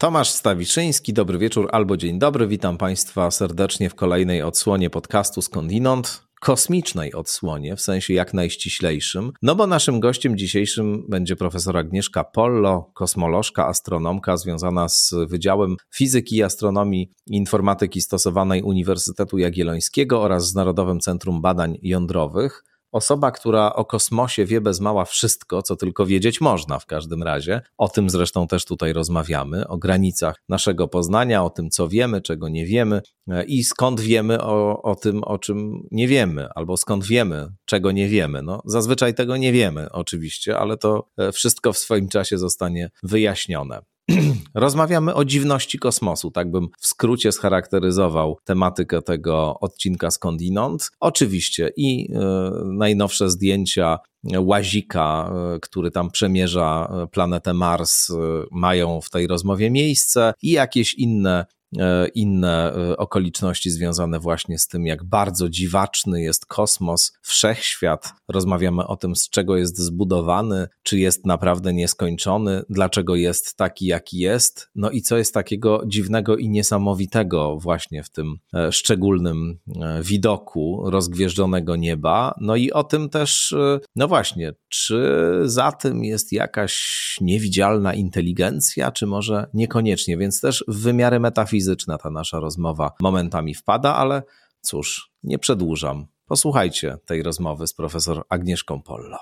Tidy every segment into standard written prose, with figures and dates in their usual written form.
Tomasz Stawiszyński, dobry wieczór albo dzień dobry. Witam Państwa serdecznie w kolejnej odsłonie podcastu Skądinąd. Kosmicznej odsłonie, w sensie jak najściślejszym, no bo naszym gościem dzisiejszym będzie profesor Agnieszka Pollo, kosmolożka, astronomka związana z Wydziałem Fizyki i Astronomii i Informatyki Stosowanej Uniwersytetu Jagiellońskiego oraz z Narodowym Centrum Badań Jądrowych. Osoba, która o kosmosie wie bez mała wszystko, co tylko wiedzieć można w każdym razie. O tym zresztą też tutaj rozmawiamy, o granicach naszego poznania, o tym, co wiemy, czego nie wiemy i skąd wiemy o tym, o czym nie wiemy, albo skąd wiemy, czego nie wiemy. No, zazwyczaj tego nie wiemy oczywiście, ale to wszystko w swoim czasie zostanie wyjaśnione. Rozmawiamy o dziwności kosmosu, tak bym w skrócie scharakteryzował tematykę tego odcinka Skądinąd. Oczywiście i najnowsze zdjęcia łazika, który tam przemierza planetę Mars, mają w tej rozmowie miejsce i jakieś inne okoliczności związane właśnie z tym, jak bardzo dziwaczny jest kosmos, wszechświat. Rozmawiamy o tym, z czego jest zbudowany, czy jest naprawdę nieskończony, dlaczego jest taki, jaki jest, no i co jest takiego dziwnego i niesamowitego właśnie w tym szczególnym widoku rozgwieżdżonego nieba. No i o tym też, no właśnie, czy za tym jest jakaś niewidzialna inteligencja, czy może niekoniecznie, więc też w wymiary metafizyczne ta nasza rozmowa momentami wpada, ale cóż, nie przedłużam. Posłuchajcie tej rozmowy z profesor Agnieszką Pollo.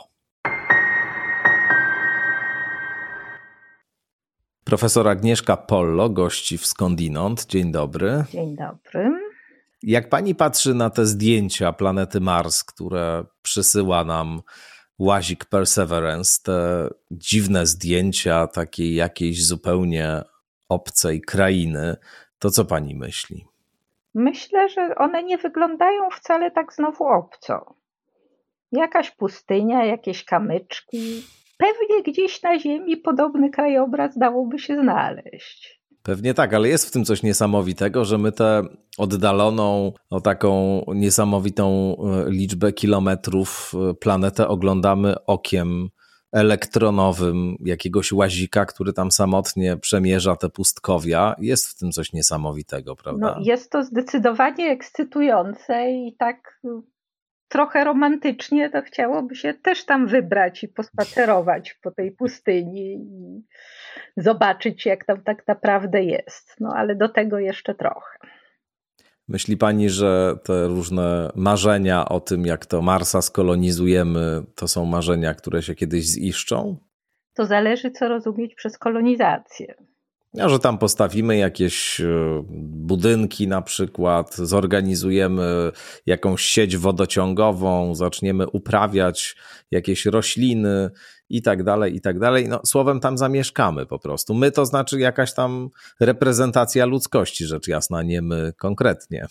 Profesor Agnieszka Pollo gości w Skądinąd. Dzień dobry. Dzień dobry. Jak pani patrzy na te zdjęcia planety Mars, które przysyła nam łazik Perseverance, te dziwne zdjęcia takiej jakiejś zupełnie obcej krainy, to co pani myśli? Myślę, że one nie wyglądają wcale tak znowu obco. Jakaś pustynia, jakieś kamyczki. Pewnie gdzieś na Ziemi podobny krajobraz dałoby się znaleźć. Pewnie tak, ale jest w tym coś niesamowitego, że my tę oddaloną o taką niesamowitą liczbę kilometrów planetę oglądamy okiem elektronowym jakiegoś łazika, który tam samotnie przemierza te pustkowia. Jest w tym coś niesamowitego, prawda? No, jest to zdecydowanie ekscytujące i tak trochę romantycznie to chciałoby się też tam wybrać i pospacerować po tej pustyni i zobaczyć, jak tam tak naprawdę jest. No ale do tego jeszcze trochę. Myśli pani, że te różne marzenia o tym, jak to Marsa skolonizujemy, to są marzenia, które się kiedyś ziszczą? To zależy, co rozumieć przez kolonizację. A że tam postawimy jakieś budynki na przykład, zorganizujemy jakąś sieć wodociągową, zaczniemy uprawiać jakieś rośliny i tak dalej, i tak dalej. No, słowem tam zamieszkamy po prostu. My to znaczy jakaś tam reprezentacja ludzkości, rzecz jasna, nie my konkretnie.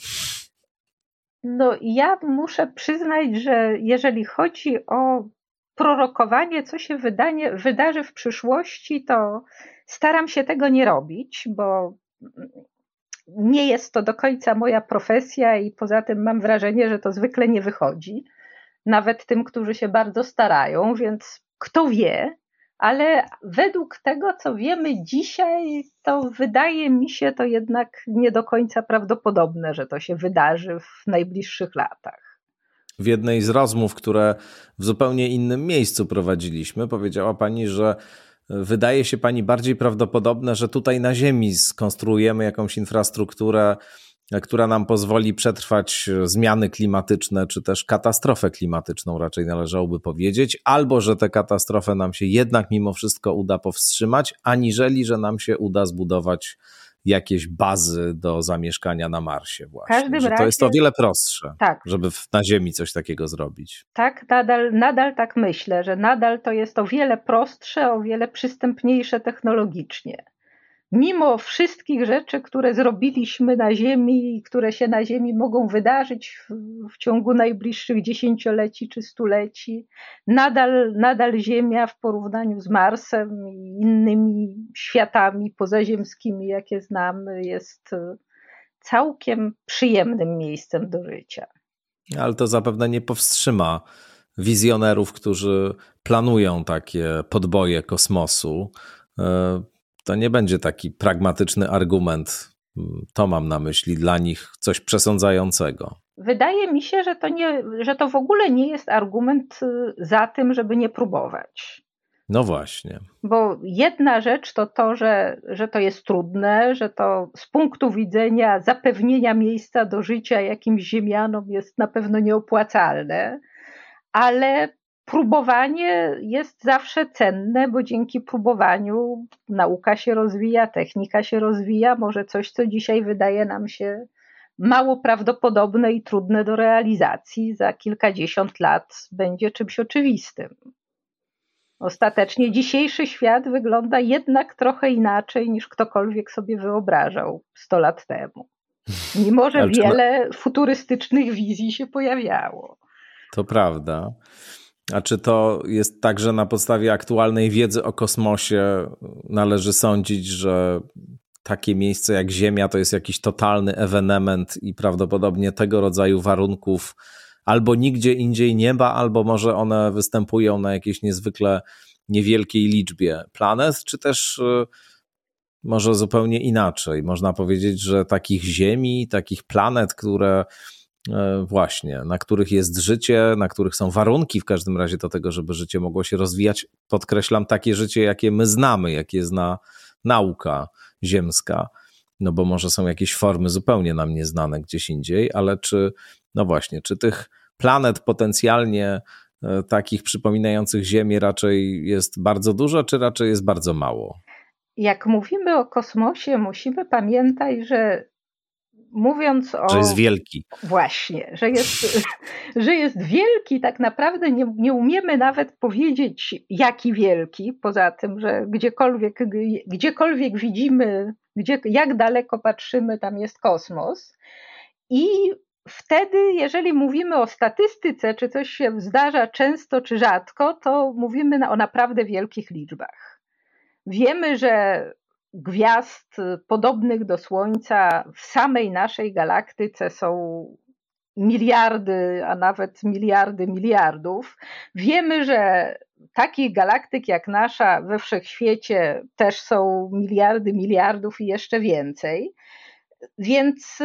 No ja muszę przyznać, że jeżeli chodzi o prorokowanie, co się wydarzy w przyszłości, to staram się tego nie robić, bo nie jest to do końca moja profesja i poza tym mam wrażenie, że to zwykle nie wychodzi. Nawet tym, którzy się bardzo starają, więc kto wie, ale według tego, co wiemy dzisiaj, to wydaje mi się to jednak nie do końca prawdopodobne, że to się wydarzy w najbliższych latach. W jednej z rozmów, które w zupełnie innym miejscu prowadziliśmy, powiedziała pani, że wydaje się pani bardziej prawdopodobne, że tutaj na Ziemi skonstruujemy jakąś infrastrukturę, która nam pozwoli przetrwać zmiany klimatyczne, czy też katastrofę klimatyczną, raczej należałoby powiedzieć, albo że tę katastrofę nam się jednak mimo wszystko uda powstrzymać, aniżeli że nam się uda zbudować jakieś bazy do zamieszkania na Marsie właśnie. Że to jest o wiele prostsze, tak, żeby na Ziemi coś takiego zrobić. Tak, nadal tak myślę, że nadal to jest o wiele prostsze, o wiele przystępniejsze technologicznie. Mimo wszystkich rzeczy, które zrobiliśmy na Ziemi i które się na Ziemi mogą wydarzyć w ciągu najbliższych dziesięcioleci czy stuleci, nadal Ziemia w porównaniu z Marsem i innymi światami pozaziemskimi, jakie znamy, jest całkiem przyjemnym miejscem do życia. Ale to zapewne nie powstrzyma wizjonerów, którzy planują takie podboje kosmosu. to nie będzie taki pragmatyczny argument, to mam na myśli, dla nich coś przesądzającego. Wydaje mi się, że to w ogóle nie jest argument za tym, żeby nie próbować. No właśnie. Bo jedna rzecz to to, że to jest trudne, że to z punktu widzenia zapewnienia miejsca do życia jakimś ziemianom jest na pewno nieopłacalne, ale próbowanie jest zawsze cenne, bo dzięki próbowaniu nauka się rozwija, technika się rozwija, może coś, co dzisiaj wydaje nam się mało prawdopodobne i trudne do realizacji, za kilkadziesiąt lat będzie czymś oczywistym. Ostatecznie dzisiejszy świat wygląda jednak trochę inaczej niż ktokolwiek sobie wyobrażał 100 lat temu. Mimo że wiele futurystycznych wizji się pojawiało. To prawda. A czy to jest tak, że na podstawie aktualnej wiedzy o kosmosie należy sądzić, że takie miejsce jak Ziemia to jest jakiś totalny ewenement i prawdopodobnie tego rodzaju warunków albo nigdzie indziej nie ma, albo może one występują na jakiejś niezwykle niewielkiej liczbie planet, czy też może zupełnie inaczej. Można powiedzieć, że takich Ziemi, takich planet, które właśnie, na których jest życie, na których są warunki w każdym razie do tego, żeby życie mogło się rozwijać. Podkreślam, takie życie, jakie my znamy, jakie zna nauka ziemska, no bo może są jakieś formy zupełnie nam nieznane gdzieś indziej, ale czy tych planet potencjalnie takich przypominających Ziemię raczej jest bardzo dużo, czy raczej jest bardzo mało? Jak mówimy o kosmosie, musimy pamiętać, że mówiąc o... Że jest wielki. Właśnie, że jest wielki, tak naprawdę nie umiemy nawet powiedzieć, jaki wielki, poza tym, że gdziekolwiek widzimy, jak daleko patrzymy, tam jest kosmos. I wtedy, jeżeli mówimy o statystyce, czy coś się zdarza często czy rzadko, to mówimy o naprawdę wielkich liczbach. Wiemy, że gwiazd podobnych do Słońca w samej naszej galaktyce są miliardy, a nawet miliardy miliardów. Wiemy, że takich galaktyk jak nasza we wszechświecie też są miliardy miliardów i jeszcze więcej. Więc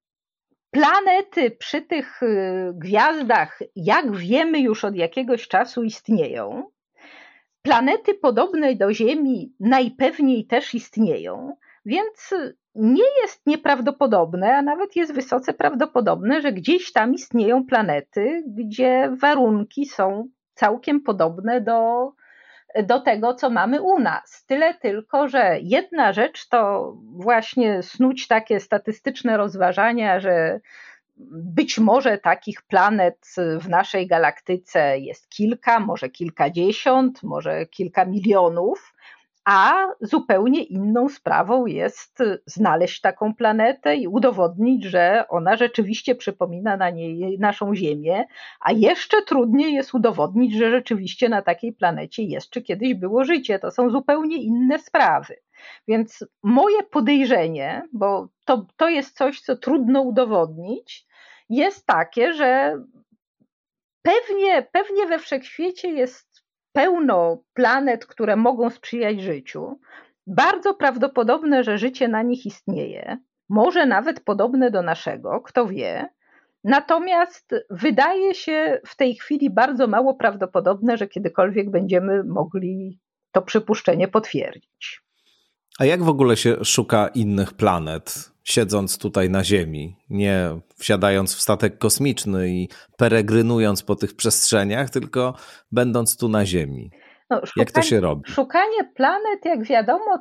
planety przy tych gwiazdach, jak wiemy, już od jakiegoś czasu istnieją. Planety podobne do Ziemi najpewniej też istnieją, więc nie jest nieprawdopodobne, a nawet jest wysoce prawdopodobne, że gdzieś tam istnieją planety, gdzie warunki są całkiem podobne do tego, co mamy u nas. Tyle tylko, że jedna rzecz to właśnie snuć takie statystyczne rozważania, że być może takich planet w naszej galaktyce jest kilka, może kilkadziesiąt, może kilka milionów, a zupełnie inną sprawą jest znaleźć taką planetę i udowodnić, że ona rzeczywiście przypomina na niej naszą Ziemię, a jeszcze trudniej jest udowodnić, że rzeczywiście na takiej planecie jest czy kiedyś było życie. To są zupełnie inne sprawy. Więc moje podejrzenie, bo to jest coś, co trudno udowodnić, jest takie, że pewnie we wszechświecie jest pełno planet, które mogą sprzyjać życiu. Bardzo prawdopodobne, że życie na nich istnieje, może nawet podobne do naszego, kto wie. Natomiast wydaje się w tej chwili bardzo mało prawdopodobne, że kiedykolwiek będziemy mogli to przypuszczenie potwierdzić. A jak w ogóle się szuka innych planet, siedząc tutaj na Ziemi, nie wsiadając w statek kosmiczny i peregrynując po tych przestrzeniach, tylko będąc tu na Ziemi? Jak to się robi? Szukanie planet, jak wiadomo,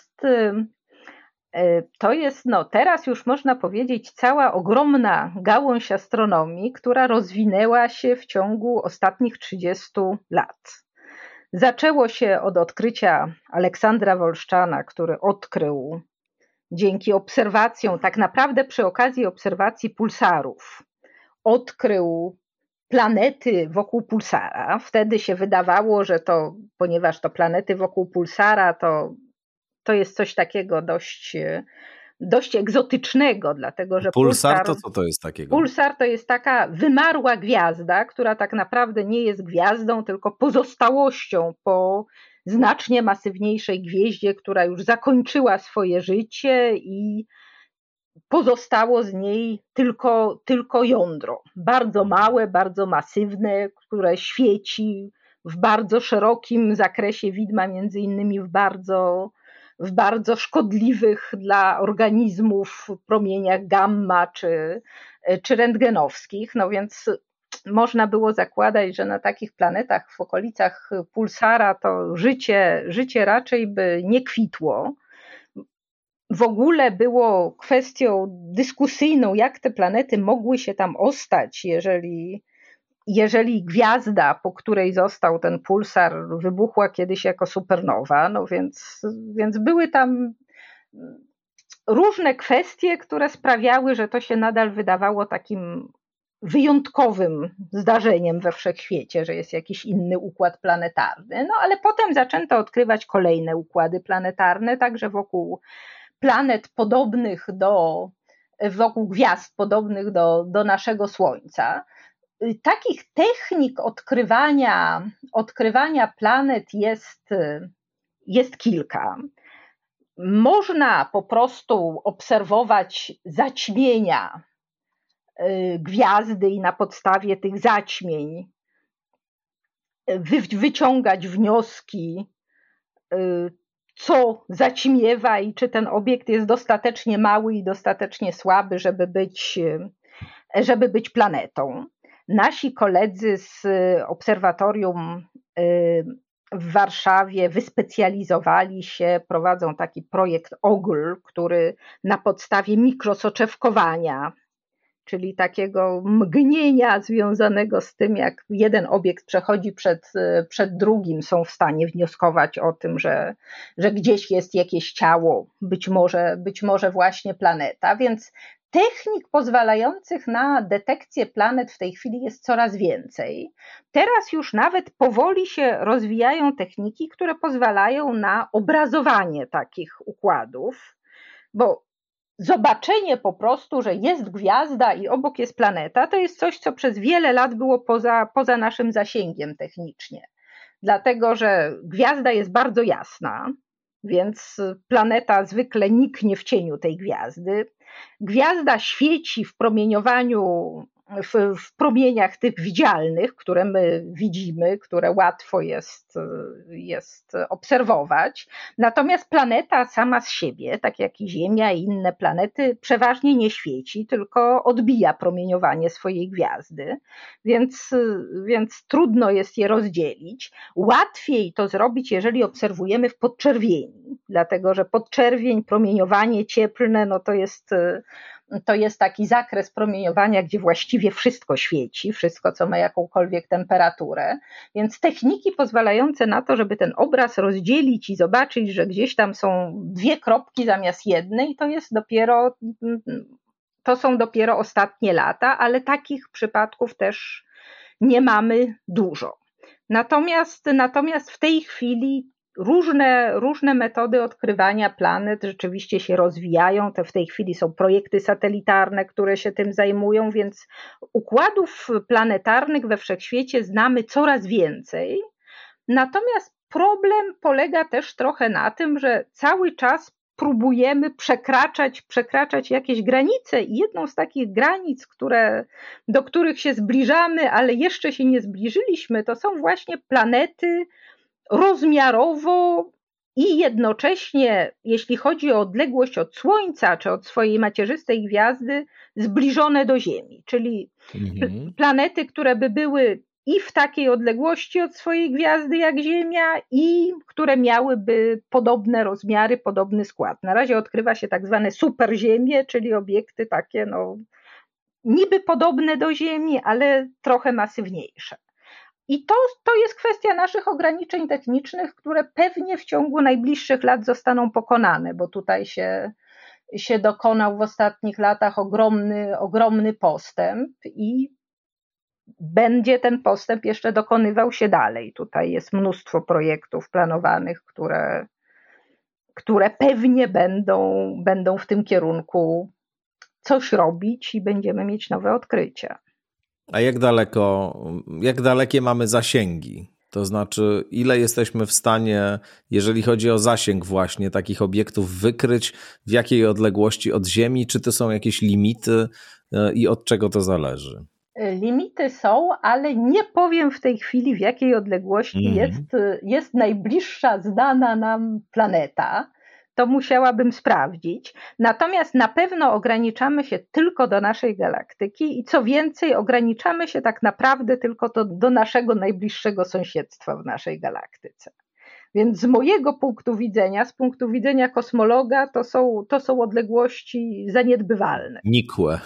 to jest teraz już można powiedzieć cała ogromna gałąź astronomii, która rozwinęła się w ciągu ostatnich 30 lat. Zaczęło się od odkrycia Aleksandra Wolszczana, który odkrył dzięki obserwacjom, tak naprawdę przy okazji obserwacji pulsarów, odkrył planety wokół pulsara. Wtedy się wydawało, że ponieważ to planety wokół pulsara, to jest coś takiego dość dość egzotycznego, dlatego że Pulsar to co to jest takiego? Pulsar to jest taka wymarła gwiazda, która tak naprawdę nie jest gwiazdą, tylko pozostałością po znacznie masywniejszej gwieździe, która już zakończyła swoje życie i pozostało z niej tylko jądro. Bardzo małe, bardzo masywne, które świeci w bardzo szerokim zakresie widma, między innymi w bardzo szkodliwych dla organizmów promieniach gamma czy rentgenowskich. No więc można było zakładać, że na takich planetach w okolicach pulsara to życie raczej by nie kwitło. W ogóle było kwestią dyskusyjną, jak te planety mogły się tam ostać, jeżeli gwiazda, po której został ten pulsar, wybuchła kiedyś jako supernowa. No więc były tam różne kwestie, które sprawiały, że to się nadal wydawało takim wyjątkowym zdarzeniem we wszechświecie, że jest jakiś inny układ planetarny. No ale potem zaczęto odkrywać kolejne układy planetarne, także wokół planet podobnych wokół gwiazd podobnych do naszego Słońca. Takich technik odkrywania planet jest kilka. Można po prostu obserwować zaćmienia gwiazdy i na podstawie tych zaćmień wyciągać wnioski, co zaćmiewa i czy ten obiekt jest dostatecznie mały i dostatecznie słaby, żeby być planetą. Nasi koledzy z obserwatorium w Warszawie wyspecjalizowali się, prowadzą taki projekt OGL, który na podstawie mikrosoczewkowania, czyli takiego mgnienia związanego z tym, jak jeden obiekt przechodzi przed drugim, są w stanie wnioskować o tym, że gdzieś jest jakieś ciało, być może właśnie planeta, więc technik pozwalających na detekcję planet w tej chwili jest coraz więcej. Teraz już nawet powoli się rozwijają techniki, które pozwalają na obrazowanie takich układów, bo zobaczenie po prostu, że jest gwiazda i obok jest planeta, to jest coś, co przez wiele lat było poza naszym zasięgiem technicznie. Dlatego, że gwiazda jest bardzo jasna, więc planeta zwykle niknie w cieniu tej gwiazdy. Gwiazda świeci w promieniowaniu, w promieniach tych widzialnych, które my widzimy, które łatwo jest obserwować. Natomiast planeta sama z siebie, tak jak i Ziemia i inne planety, przeważnie nie świeci, tylko odbija promieniowanie swojej gwiazdy, więc trudno jest je rozdzielić. Łatwiej to zrobić, jeżeli obserwujemy w podczerwieni, dlatego że podczerwień, promieniowanie cieplne, no to jest taki zakres promieniowania, gdzie właściwie wszystko świeci, wszystko, co ma jakąkolwiek temperaturę, więc techniki pozwalające na to, żeby ten obraz rozdzielić i zobaczyć, że gdzieś tam są dwie kropki zamiast jednej, to są dopiero ostatnie lata, ale takich przypadków też nie mamy dużo. Natomiast w tej chwili różne metody odkrywania planet rzeczywiście się rozwijają. W tej chwili są projekty satelitarne, które się tym zajmują, więc układów planetarnych we wszechświecie znamy coraz więcej. Natomiast problem polega też trochę na tym, że cały czas próbujemy przekraczać jakieś granice i jedną z takich granic, do których się zbliżamy, ale jeszcze się nie zbliżyliśmy, to są właśnie planety rozmiarowo i jednocześnie, jeśli chodzi o odległość od Słońca czy od swojej macierzystej gwiazdy, zbliżone do Ziemi, czyli planety, które by były i w takiej odległości od swojej gwiazdy jak Ziemia i które miałyby podobne rozmiary, podobny skład. Na razie odkrywa się tak zwane superziemie, czyli obiekty takie niby podobne do Ziemi, ale trochę masywniejsze. I to jest kwestia naszych ograniczeń technicznych, które pewnie w ciągu najbliższych lat zostaną pokonane, bo tutaj się dokonał w ostatnich latach ogromny postęp i będzie ten postęp jeszcze dokonywał się dalej. Tutaj jest mnóstwo projektów planowanych, które pewnie będą w tym kierunku coś robić i będziemy mieć nowe odkrycia. A jak dalekie mamy zasięgi? To znaczy, ile jesteśmy w stanie, jeżeli chodzi o zasięg właśnie takich obiektów, wykryć, w jakiej odległości od Ziemi? Czy to są jakieś limity i od czego to zależy? Limity są, ale nie powiem w tej chwili, w jakiej odległości jest najbliższa znana nam planeta. To musiałabym sprawdzić. Natomiast na pewno ograniczamy się tylko do naszej galaktyki i co więcej, ograniczamy się tak naprawdę tylko do naszego najbliższego sąsiedztwa w naszej galaktyce. Więc z mojego punktu widzenia, z punktu widzenia kosmologa, to są odległości zaniedbywalne. Nikłe.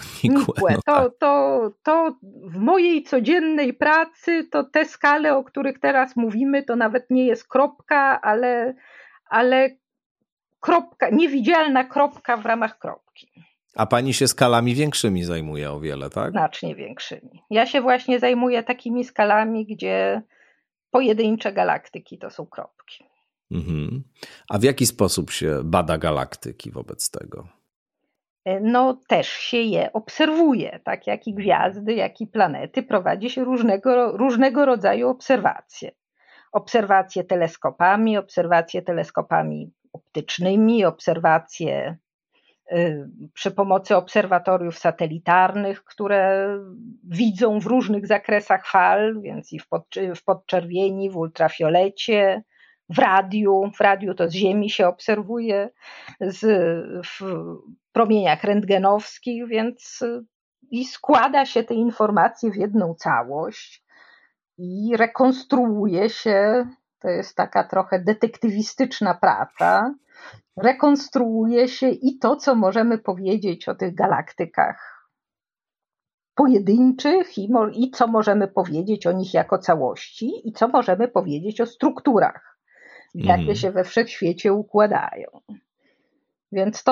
To w mojej codziennej pracy to te skale, o których teraz mówimy, to nawet nie jest kropka, ale kropka, niewidzialna kropka w ramach kropki. A pani się skalami większymi zajmuje o wiele, tak? Znacznie większymi. Ja się właśnie zajmuję takimi skalami, gdzie pojedyncze galaktyki to są kropki. Mhm. A w jaki sposób się bada galaktyki wobec tego? No też się je obserwuje, tak jak i gwiazdy, jak i planety, prowadzi się różnego rodzaju obserwacje. Obserwacje teleskopami optycznymi, obserwacje przy pomocy obserwatoriów satelitarnych, które widzą w różnych zakresach fal, więc i w podczerwieni, w ultrafiolecie, w radiu to z Ziemi się obserwuje, w promieniach rentgenowskich, więc i składa się te informacje w jedną całość i rekonstruuje się, to jest taka trochę detektywistyczna praca, rekonstruuje się i to, co możemy powiedzieć o tych galaktykach pojedynczych i co możemy powiedzieć o nich jako całości i co możemy powiedzieć o strukturach, jakie się we wszechświecie układają. Więc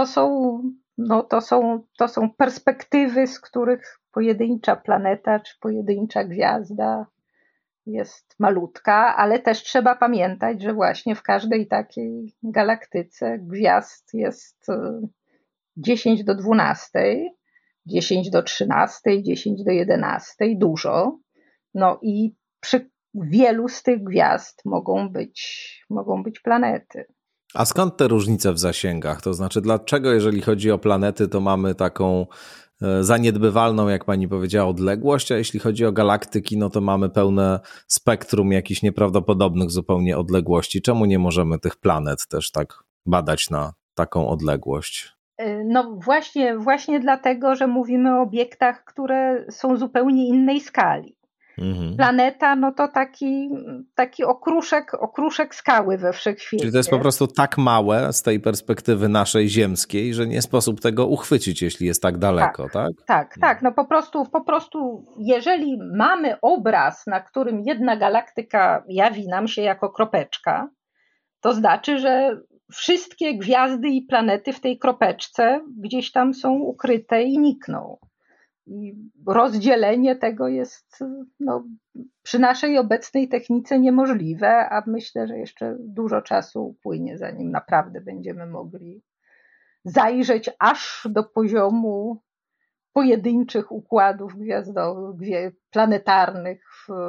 to są perspektywy, z których pojedyncza planeta czy pojedyncza gwiazda jest malutka, ale też trzeba pamiętać, że właśnie w każdej takiej galaktyce gwiazd jest 10 do 12, 10 do 13, 10 do 11, dużo. No i przy wielu z tych gwiazd mogą być planety. A skąd te różnice w zasięgach? To znaczy, dlaczego jeżeli chodzi o planety, to mamy taką zaniedbywalną, jak pani powiedziała, odległość, a jeśli chodzi o galaktyki, no to mamy pełne spektrum jakichś nieprawdopodobnych zupełnie odległości. Czemu nie możemy tych planet też tak badać na taką odległość? No właśnie dlatego, że mówimy o obiektach, które są zupełnie innej skali. Planeta, no to taki okruszek skały we wszechświecie. Czyli to jest po prostu tak małe z tej perspektywy naszej ziemskiej, że nie sposób tego uchwycić, jeśli jest tak daleko, tak? Tak. No po prostu jeżeli mamy obraz, na którym jedna galaktyka jawi nam się jako kropeczka, to znaczy, że wszystkie gwiazdy i planety w tej kropeczce gdzieś tam są ukryte i nikną. I rozdzielenie tego jest przy naszej obecnej technice niemożliwe, a myślę, że jeszcze dużo czasu upłynie, zanim naprawdę będziemy mogli zajrzeć aż do poziomu pojedynczych układów planetarnych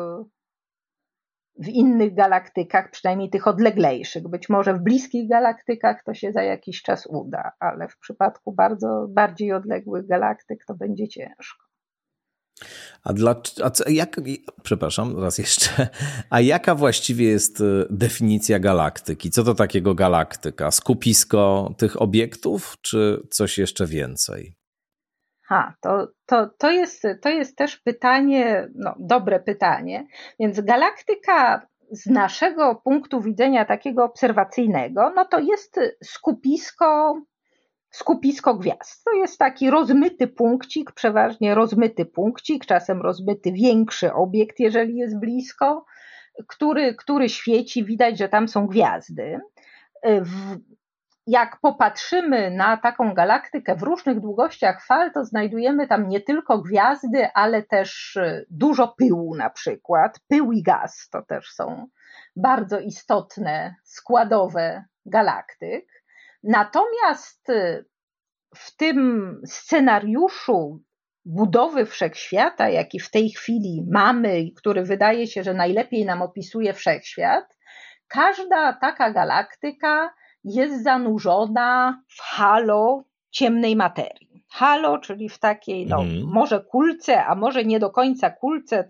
w innych galaktykach, przynajmniej tych odleglejszych. Być może w bliskich galaktykach to się za jakiś czas uda, ale w przypadku bardziej odległych galaktyk to będzie ciężko. Przepraszam, raz jeszcze. A jaka właściwie jest definicja galaktyki? Co to takiego galaktyka? Skupisko tych obiektów, czy coś jeszcze więcej? To jest też pytanie, dobre pytanie. Więc galaktyka z naszego punktu widzenia takiego obserwacyjnego, no to jest skupisko gwiazd. To jest taki rozmyty punkcik, przeważnie rozmyty punkcik, czasem rozmyty większy obiekt, jeżeli jest blisko, który świeci, widać, że tam są gwiazdy. Jak popatrzymy na taką galaktykę w różnych długościach fal, to znajdujemy tam nie tylko gwiazdy, ale też dużo pyłu na przykład. Pył i gaz to też są bardzo istotne składowe galaktyk. Natomiast w tym scenariuszu budowy wszechświata, jaki w tej chwili mamy i który wydaje się, że najlepiej nam opisuje wszechświat, każda taka galaktyka jest zanurzona w halo ciemnej materii. Halo, czyli w takiej może kulce, a może nie do końca kulce,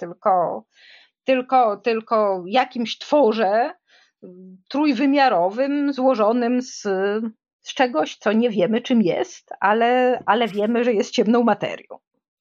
tylko jakimś tworze trójwymiarowym, złożonym z czegoś, co nie wiemy czym jest, ale wiemy, że jest ciemną materią.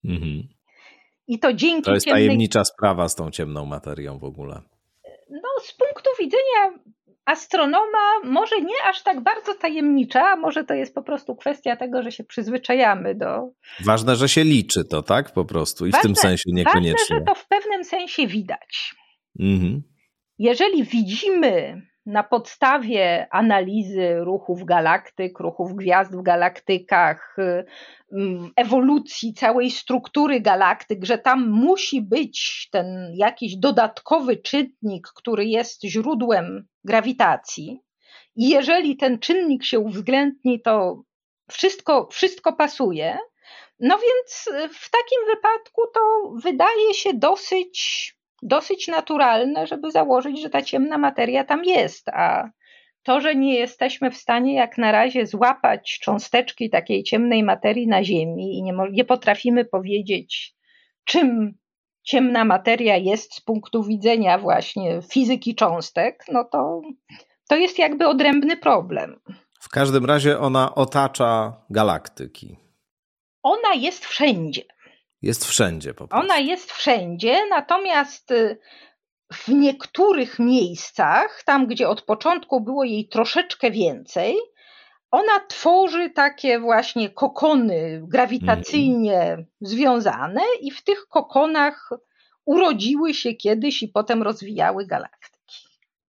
I to dzięki To jest tajemnicza sprawa z tą ciemną materią w ogóle. Z punktu widzenia astronoma może nie aż tak bardzo tajemnicza, może to jest po prostu kwestia tego, że się przyzwyczajamy do... Ważne, że się liczy to, tak? Po prostu i w tym sensie niekoniecznie. Ważne, że to w pewnym sensie widać. Jeżeli widzimy na podstawie analizy ruchów galaktyk, ruchów gwiazd w galaktykach, ewolucji całej struktury galaktyk, że tam musi być ten jakiś dodatkowy czynnik, który jest źródłem grawitacji i jeżeli ten czynnik się uwzględni, to wszystko pasuje. No więc w takim wypadku to wydaje się dosyć naturalne, żeby założyć, że ta ciemna materia tam jest, a to, że nie jesteśmy w stanie jak na razie złapać cząsteczki takiej ciemnej materii na Ziemi i nie potrafimy powiedzieć, czym ciemna materia jest z punktu widzenia właśnie fizyki cząstek, no to jest jakby odrębny problem. W każdym razie ona otacza galaktyki. Ona jest wszędzie. Jest wszędzie po prostu. Ona jest wszędzie, natomiast w niektórych miejscach, tam gdzie od początku było jej troszeczkę więcej, ona tworzy takie właśnie kokony grawitacyjnie związane i w tych kokonach urodziły się kiedyś i potem rozwijały galaktyki.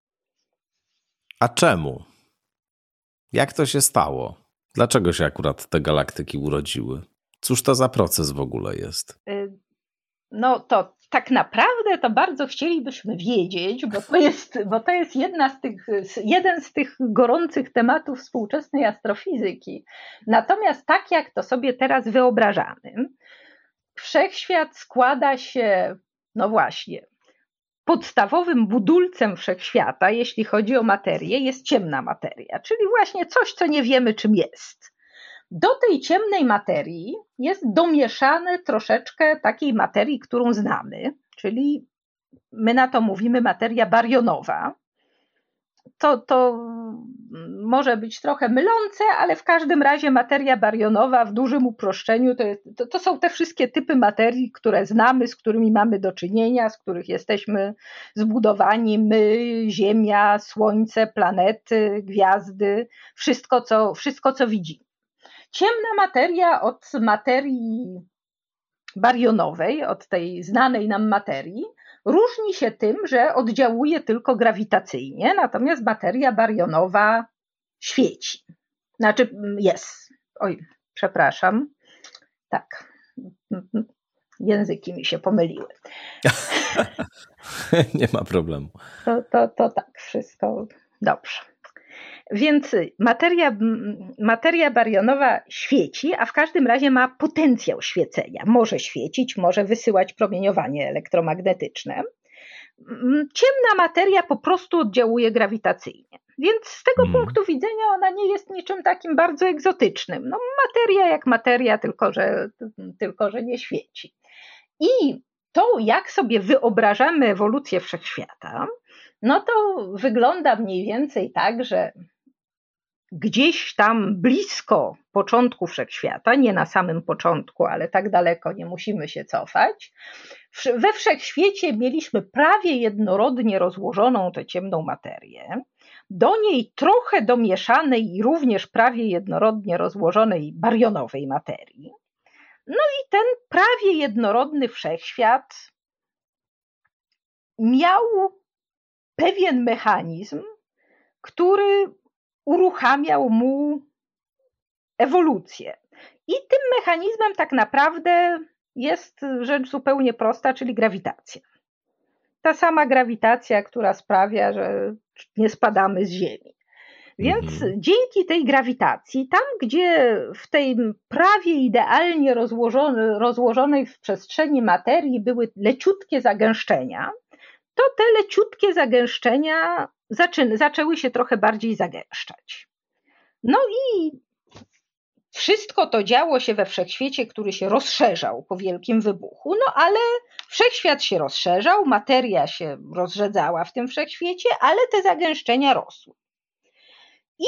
A czemu? Jak to się stało? Dlaczego się akurat te galaktyki urodziły? Cóż to za proces w ogóle jest? No to tak naprawdę to bardzo chcielibyśmy wiedzieć, bo to jest jeden z tych gorących tematów współczesnej astrofizyki. Natomiast tak jak to sobie teraz wyobrażamy, wszechświat składa się, no właśnie, podstawowym budulcem wszechświata, jeśli chodzi o materię, jest ciemna materia, czyli właśnie coś, co nie wiemy czym jest. Do tej ciemnej materii jest domieszane troszeczkę takiej materii, którą znamy, czyli my na to mówimy materia barionowa. To może być trochę mylące, ale w każdym razie materia barionowa w dużym uproszczeniu to są te wszystkie typy materii, które znamy, z którymi mamy do czynienia, z których jesteśmy zbudowani my, Ziemia, Słońce, planety, gwiazdy, wszystko co widzimy. Ciemna materia od materii barionowej, od tej znanej nam materii, różni się tym, że oddziałuje tylko grawitacyjnie, natomiast materia barionowa świeci. Znaczy jest. Oj, przepraszam. Tak. Języki mi się pomyliły. Nie ma problemu. To tak, wszystko dobrze. Więc materia barionowa świeci, a w każdym razie ma potencjał świecenia. Może świecić, może wysyłać promieniowanie elektromagnetyczne. Ciemna materia po prostu oddziałuje grawitacyjnie. Więc z tego punktu widzenia ona nie jest niczym takim bardzo egzotycznym. No, materia jak materia, tylko że nie świeci. I to, jak sobie wyobrażamy ewolucję wszechświata, no to wygląda mniej więcej tak, że gdzieś tam blisko początku wszechświata, nie na samym początku, ale tak daleko nie musimy się cofać, we wszechświecie mieliśmy prawie jednorodnie rozłożoną tę ciemną materię, do niej trochę domieszanej i również prawie jednorodnie rozłożonej barionowej materii. No i ten prawie jednorodny wszechświat miał pewien mechanizm, który uruchamiał mu ewolucję. I tym mechanizmem tak naprawdę jest rzecz zupełnie prosta, czyli grawitacja. Ta sama grawitacja, która sprawia, że nie spadamy z Ziemi. Więc dzięki tej grawitacji, tam gdzie w tej prawie idealnie rozłożonej w przestrzeni materii były leciutkie zagęszczenia, to te leciutkie zagęszczenia zaczęły się trochę bardziej zagęszczać. No i wszystko to działo się we wszechświecie, który się rozszerzał po wielkim wybuchu, no ale wszechświat się rozszerzał, materia się rozrzedzała w tym wszechświecie, ale te zagęszczenia rosły. I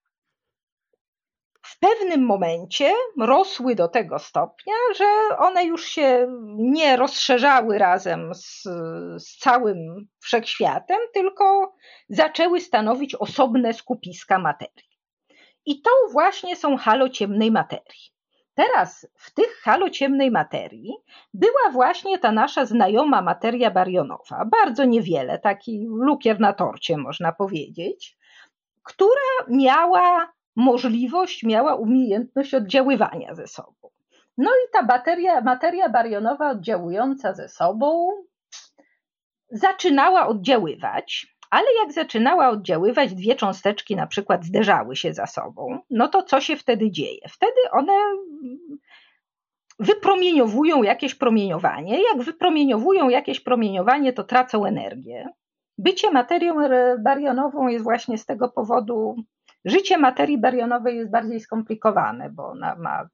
w pewnym momencie rosły do tego stopnia, że one już się nie rozszerzały razem z całym wszechświatem, tylko zaczęły stanowić osobne skupiska materii. I to właśnie są halo ciemnej materii. Teraz w tych halo ciemnej materii była właśnie ta nasza znajoma materia barionowa, bardzo niewiele, taki lukier na torcie można powiedzieć, która miała możliwość, miała umiejętność oddziaływania ze sobą. No i ta materia barionowa oddziałująca ze sobą zaczynała oddziaływać, ale jak zaczynała oddziaływać, dwie cząsteczki na przykład zderzały się ze sobą, no to co się wtedy dzieje? Wtedy one wypromieniowują jakieś promieniowanie. Jak wypromieniowują jakieś promieniowanie, to tracą energię. Bycie materią barionową jest właśnie z tego powodu, życie materii barionowej jest bardziej skomplikowane, bo ona ma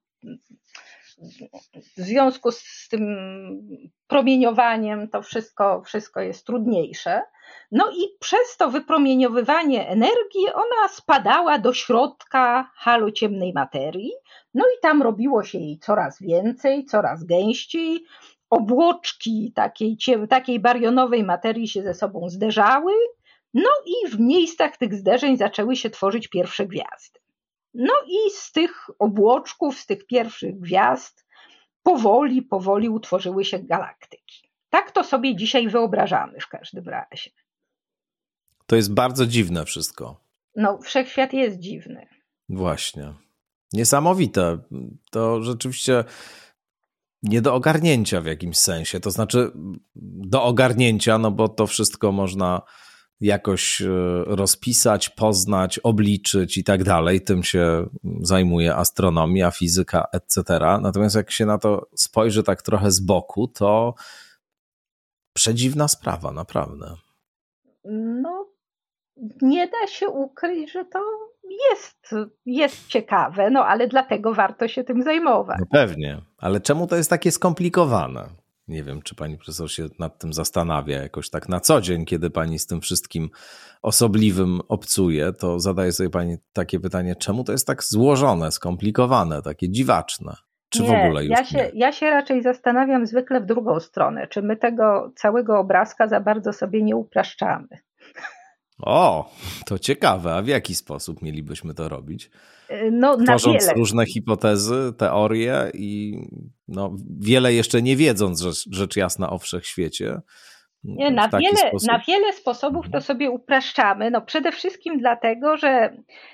w związku z tym promieniowaniem to wszystko jest trudniejsze. No i przez to wypromieniowywanie energii ona spadała do środka halo ciemnej materii, no i tam robiło się jej coraz więcej, coraz gęściej. Obłoczki takiej barionowej materii się ze sobą zderzały, no i w miejscach tych zderzeń zaczęły się tworzyć pierwsze gwiazdy. No i z tych obłoczków, z tych pierwszych gwiazd powoli utworzyły się galaktyki. Tak to sobie dzisiaj wyobrażamy w każdym razie. To jest bardzo dziwne wszystko. No, wszechświat jest dziwny. Właśnie. Niesamowite. To rzeczywiście nie do ogarnięcia w jakimś sensie. To znaczy do ogarnięcia, no bo to wszystko można jakoś rozpisać, poznać, obliczyć i tak dalej. Tym się zajmuje astronomia, fizyka, etc. Natomiast jak się na to spojrzy tak trochę z boku, to przedziwna sprawa, naprawdę. No, nie da się ukryć, że to jest ciekawe, no ale dlatego warto się tym zajmować. No pewnie, ale czemu to jest takie skomplikowane? Nie wiem, czy pani profesor się nad tym zastanawia jakoś tak na co dzień, kiedy pani z tym wszystkim osobliwym obcuje, to zadaje sobie pani takie pytanie, czemu to jest tak złożone, skomplikowane, takie dziwaczne? Czy w ogóle już nie? Ja się raczej zastanawiam zwykle w drugą stronę, czy my tego całego obrazka za bardzo sobie nie upraszczamy. O, to ciekawe. A w jaki sposób mielibyśmy to robić? No, tworząc różne hipotezy, teorie i wiele jeszcze nie wiedząc, rzecz jasna, o wszechświecie. Nie, na wiele sposobów to sobie upraszczamy. No, przede wszystkim dlatego, że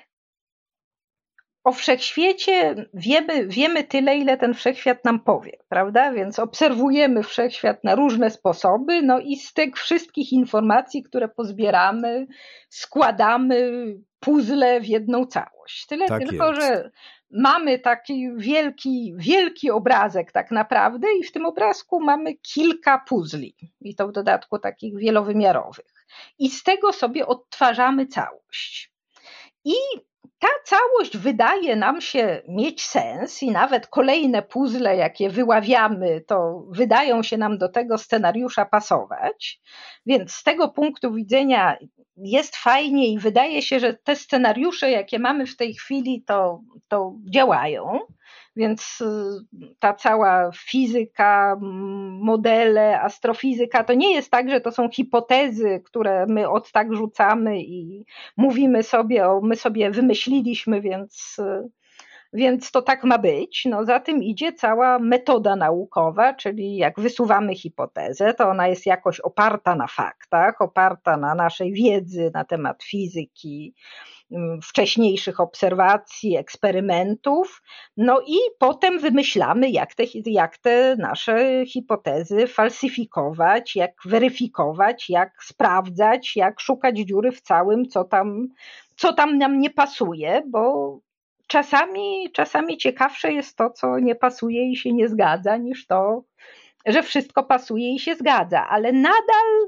o wszechświecie wiemy tyle, ile ten wszechświat nam powie, prawda? Więc obserwujemy wszechświat na różne sposoby, no i z tych wszystkich informacji, które pozbieramy, składamy puzzle w jedną całość. Tyle tak tylko, jest. Że mamy taki wielki obrazek tak naprawdę i w tym obrazku mamy kilka puzli i to w dodatku takich wielowymiarowych. I z tego sobie odtwarzamy całość. I ta całość wydaje nam się mieć sens i nawet kolejne puzzle, jakie wyławiamy, to wydają się nam do tego scenariusza pasować. Więc z tego punktu widzenia jest fajnie i wydaje się, że te scenariusze, jakie mamy w tej chwili, to działają. Więc ta cała fizyka, modele, astrofizyka, to nie jest tak, że to są hipotezy, które my od tak rzucamy i mówimy sobie, my sobie wymyśliliśmy, więc to tak ma być. No, za tym idzie cała metoda naukowa, czyli jak wysuwamy hipotezę, to ona jest jakoś oparta na faktach, oparta na naszej wiedzy na temat fizyki, wcześniejszych obserwacji, eksperymentów, no i potem wymyślamy, jak te nasze hipotezy falsyfikować, jak weryfikować, jak sprawdzać, jak szukać dziury w całym, co tam nam nie pasuje, bo czasami ciekawsze jest to, co nie pasuje i się nie zgadza, niż to, że wszystko pasuje i się zgadza, ale nadal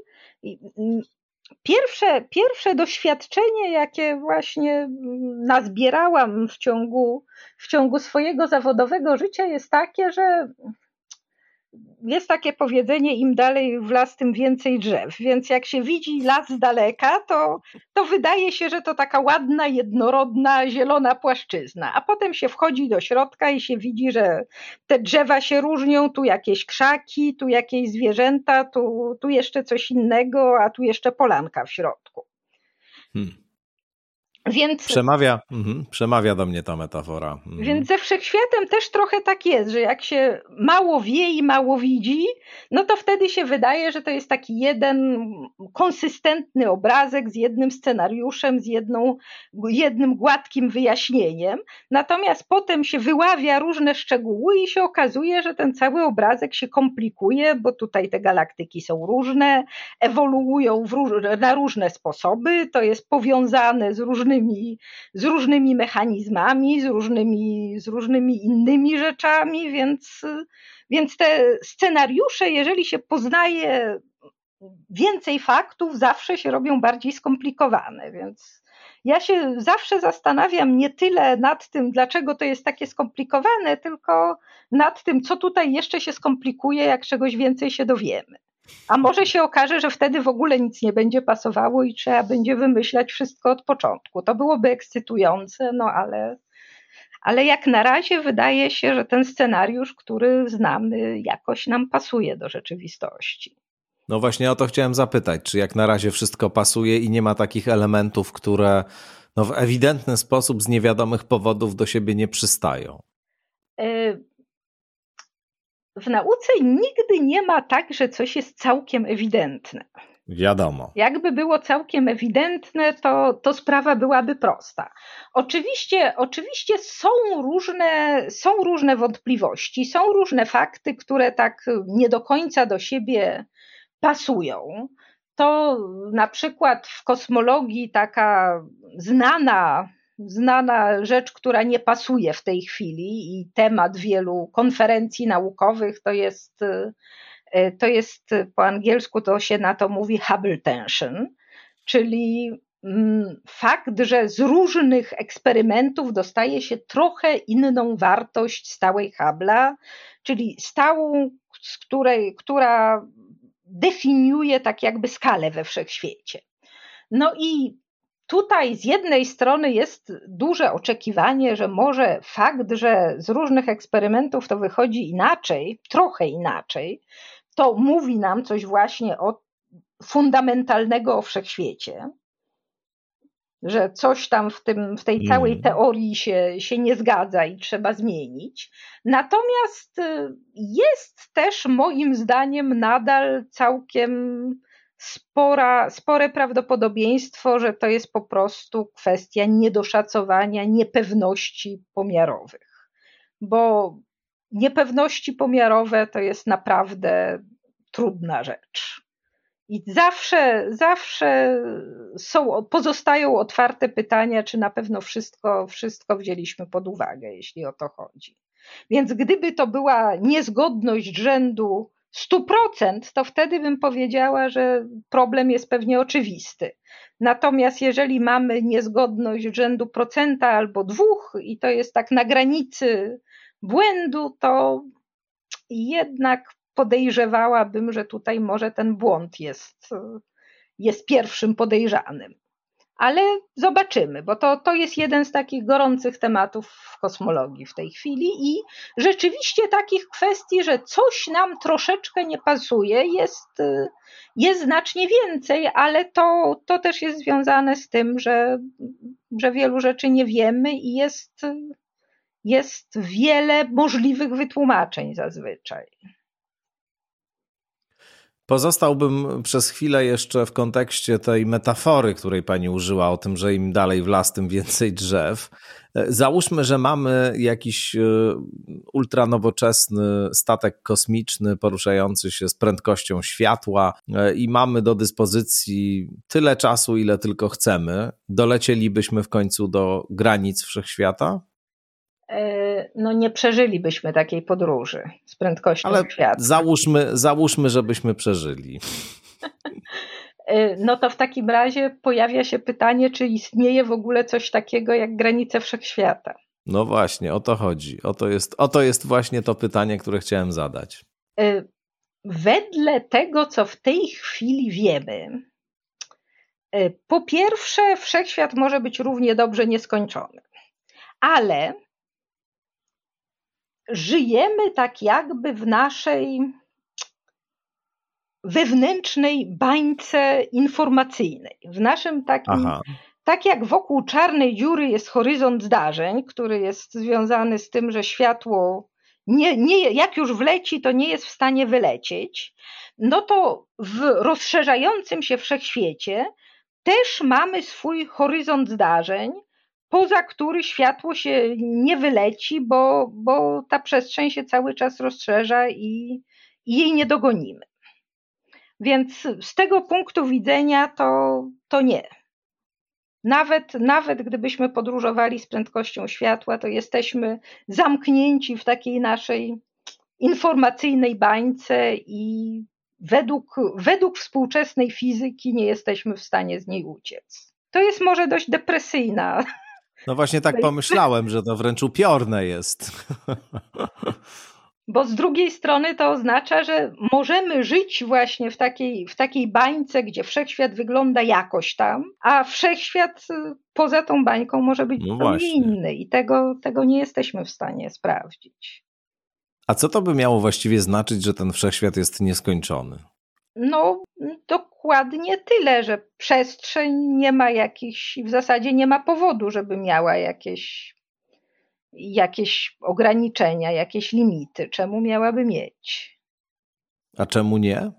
pierwsze doświadczenie, jakie właśnie nazbierałam w ciągu swojego zawodowego życia, jest takie, że jest takie powiedzenie, im dalej w las, tym więcej drzew, więc jak się widzi las z daleka, to wydaje się, że to taka ładna, jednorodna, zielona płaszczyzna, a potem się wchodzi do środka i się widzi, że te drzewa się różnią, tu jakieś krzaki, tu jakieś zwierzęta, tu jeszcze coś innego, a tu jeszcze polanka w środku. Więc przemawia do mnie ta metafora. Więc ze wszechświatem też trochę tak jest, że jak się mało wie i mało widzi, no to wtedy się wydaje, że to jest taki jeden konsystentny obrazek z jednym scenariuszem, z jednym gładkim wyjaśnieniem. Natomiast potem się wyławia różne szczegóły i się okazuje, że ten cały obrazek się komplikuje, bo tutaj te galaktyki są różne, ewoluują na różne sposoby, to jest powiązane z różnymi mechanizmami, z różnymi innymi rzeczami, więc te scenariusze, jeżeli się poznaje więcej faktów, zawsze się robią bardziej skomplikowane, więc ja się zawsze zastanawiam nie tyle nad tym, dlaczego to jest takie skomplikowane, tylko nad tym, co tutaj jeszcze się skomplikuje, jak czegoś więcej się dowiemy. A może się okaże, że wtedy w ogóle nic nie będzie pasowało i trzeba będzie wymyślać wszystko od początku. To byłoby ekscytujące, no ale jak na razie wydaje się, że ten scenariusz, który znamy, jakoś nam pasuje do rzeczywistości. No właśnie o to chciałem zapytać, czy jak na razie wszystko pasuje i nie ma takich elementów, które w ewidentny sposób z niewiadomych powodów do siebie nie przystają? W nauce nigdy nie ma tak, że coś jest całkiem ewidentne. Wiadomo. Jakby było całkiem ewidentne, to sprawa byłaby prosta. Oczywiście są różne wątpliwości, są różne fakty, które tak nie do końca do siebie pasują. To na przykład w kosmologii taka znana rzecz, która nie pasuje w tej chwili i temat wielu konferencji naukowych to jest po angielsku to się na to mówi Hubble tension, czyli fakt, że z różnych eksperymentów dostaje się trochę inną wartość stałej Hubble'a, czyli stałą, która definiuje tak jakby skalę we wszechświecie. No i tutaj z jednej strony jest duże oczekiwanie, że może fakt, że z różnych eksperymentów to wychodzi inaczej, trochę inaczej, to mówi nam coś właśnie fundamentalnego o wszechświecie, że coś tam w tej całej teorii się nie zgadza i trzeba zmienić. Natomiast jest też moim zdaniem nadal całkiem spore prawdopodobieństwo, że to jest po prostu kwestia niedoszacowania, niepewności pomiarowych. Bo niepewności pomiarowe to jest naprawdę trudna rzecz. I zawsze pozostają otwarte pytania, czy na pewno wszystko wzięliśmy pod uwagę, jeśli o to chodzi. Więc gdyby to była niezgodność rzędu 100%, to wtedy bym powiedziała, że problem jest pewnie oczywisty. Natomiast jeżeli mamy niezgodność rzędu procenta albo 2 i to jest tak na granicy błędu, to jednak podejrzewałabym, że tutaj może ten błąd jest pierwszym podejrzanym. Ale zobaczymy, bo to jest jeden z takich gorących tematów w kosmologii w tej chwili i rzeczywiście takich kwestii, że coś nam troszeczkę nie pasuje, jest znacznie więcej, ale to też jest związane z tym, że wielu rzeczy nie wiemy i jest wiele możliwych wytłumaczeń zazwyczaj. Pozostałbym przez chwilę jeszcze w kontekście tej metafory, której pani użyła, o tym, że im dalej w las, tym więcej drzew. Załóżmy, że mamy jakiś ultranowoczesny statek kosmiczny poruszający się z prędkością światła i mamy do dyspozycji tyle czasu, ile tylko chcemy. Dolecielibyśmy w końcu do granic wszechświata? No nie przeżylibyśmy takiej podróży z prędkością światła. Załóżmy, żebyśmy przeżyli. No to w takim razie pojawia się pytanie, czy istnieje w ogóle coś takiego jak granice wszechświata. No właśnie, o to chodzi. Oto jest właśnie to pytanie, które chciałem zadać. Wedle tego, co w tej chwili wiemy, po pierwsze, wszechświat może być równie dobrze nieskończony, ale żyjemy tak jakby w naszej wewnętrznej bańce informacyjnej, w naszym takim, tak jak wokół czarnej dziury jest horyzont zdarzeń, który jest związany z tym, że światło jak już wleci, to nie jest w stanie wylecieć, no to w rozszerzającym się wszechświecie też mamy swój horyzont zdarzeń, poza który światło się nie wyleci, bo ta przestrzeń się cały czas rozszerza i jej nie dogonimy. Więc z tego punktu widzenia to nie. Nawet gdybyśmy podróżowali z prędkością światła, to jesteśmy zamknięci w takiej naszej informacyjnej bańce i według współczesnej fizyki nie jesteśmy w stanie z niej uciec. To jest może dość depresyjna. No właśnie tak pomyślałem, że to wręcz upiorne jest. Bo z drugiej strony to oznacza, że możemy żyć właśnie w takiej bańce, gdzie wszechświat wygląda jakoś tam, a wszechświat poza tą bańką może być zupełnie inny i tego nie jesteśmy w stanie sprawdzić. A co to by miało właściwie znaczyć, że ten wszechświat jest nieskończony? No dokładnie tyle, że przestrzeń nie ma w zasadzie nie ma powodu, żeby miała jakieś ograniczenia, jakieś limity. Czemu miałaby mieć? A czemu nie?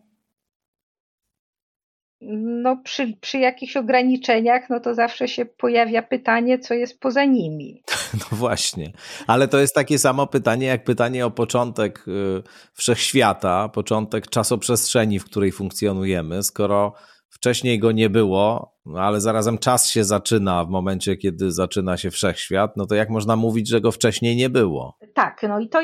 No przy jakichś ograniczeniach, no to zawsze się pojawia pytanie, co jest poza nimi. No właśnie, ale to jest takie samo pytanie, jak pytanie o początek wszechświata, początek czasoprzestrzeni, w której funkcjonujemy, skoro wcześniej go nie było, no ale zarazem czas się zaczyna w momencie, kiedy zaczyna się wszechświat, no to jak można mówić, że go wcześniej nie było? Tak, no i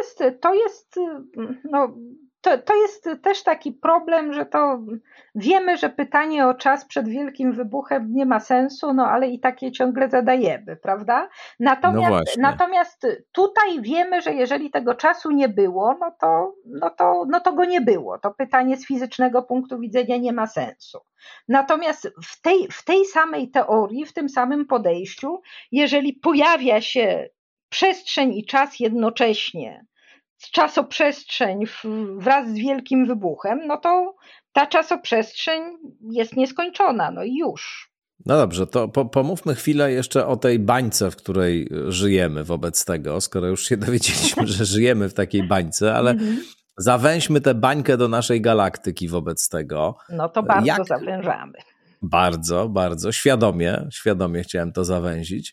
to jest też taki problem, że to wiemy, że pytanie o czas przed Wielkim Wybuchem nie ma sensu, no ale i takie ciągle zadajemy, prawda? Natomiast tutaj wiemy, że jeżeli tego czasu nie było, no to go nie było. To pytanie z fizycznego punktu widzenia nie ma sensu. Natomiast w tej samej teorii, w tym samym podejściu, jeżeli pojawia się przestrzeń i czas jednocześnie, czasoprzestrzeń wraz z Wielkim Wybuchem, no to ta czasoprzestrzeń jest nieskończona, no i już. No dobrze, to pomówmy chwilę jeszcze o tej bańce, w której żyjemy wobec tego, skoro już się dowiedzieliśmy, że żyjemy w takiej bańce, ale zawęźmy tę bańkę do naszej galaktyki wobec tego. No to bardzo zawężamy. Bardzo, bardzo. Świadomie chciałem to zawęzić.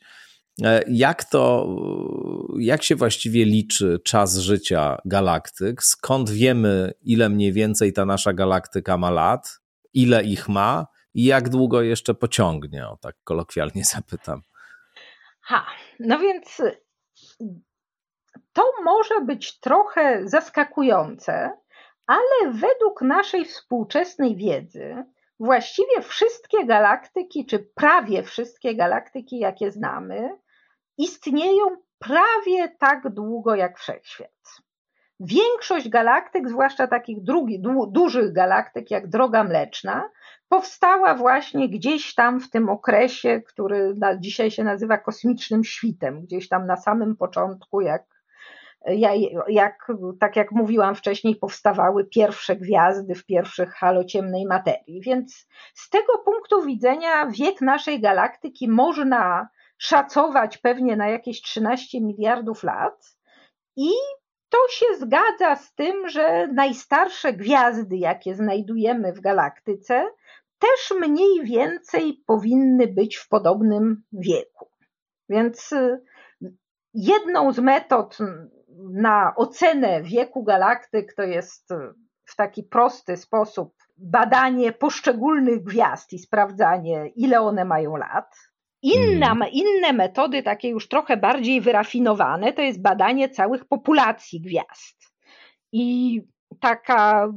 Jak się właściwie liczy czas życia galaktyk? Skąd wiemy, ile mniej więcej ta nasza galaktyka ma lat? Ile ich ma? I jak długo jeszcze pociągnie? O tak kolokwialnie zapytam. No więc to może być trochę zaskakujące, ale według naszej współczesnej wiedzy właściwie wszystkie galaktyki, czy prawie wszystkie galaktyki, jakie znamy, istnieją prawie tak długo jak Wszechświat. Większość galaktyk, zwłaszcza takich dużych galaktyk jak Droga Mleczna, powstała właśnie gdzieś tam w tym okresie, który dzisiaj się nazywa kosmicznym świtem, gdzieś tam na samym początku, tak jak mówiłam wcześniej, powstawały pierwsze gwiazdy w pierwszych halo ciemnej materii. Więc z tego punktu widzenia wiek naszej galaktyki można szacować pewnie na jakieś 13 miliardów lat i to się zgadza z tym, że najstarsze gwiazdy, jakie znajdujemy w galaktyce, też mniej więcej powinny być w podobnym wieku. Więc jedną z metod na ocenę wieku galaktyk to jest w taki prosty sposób badanie poszczególnych gwiazd i sprawdzanie, ile one mają lat. Inne metody, takie już trochę bardziej wyrafinowane, to jest badanie całych populacji gwiazd. I taka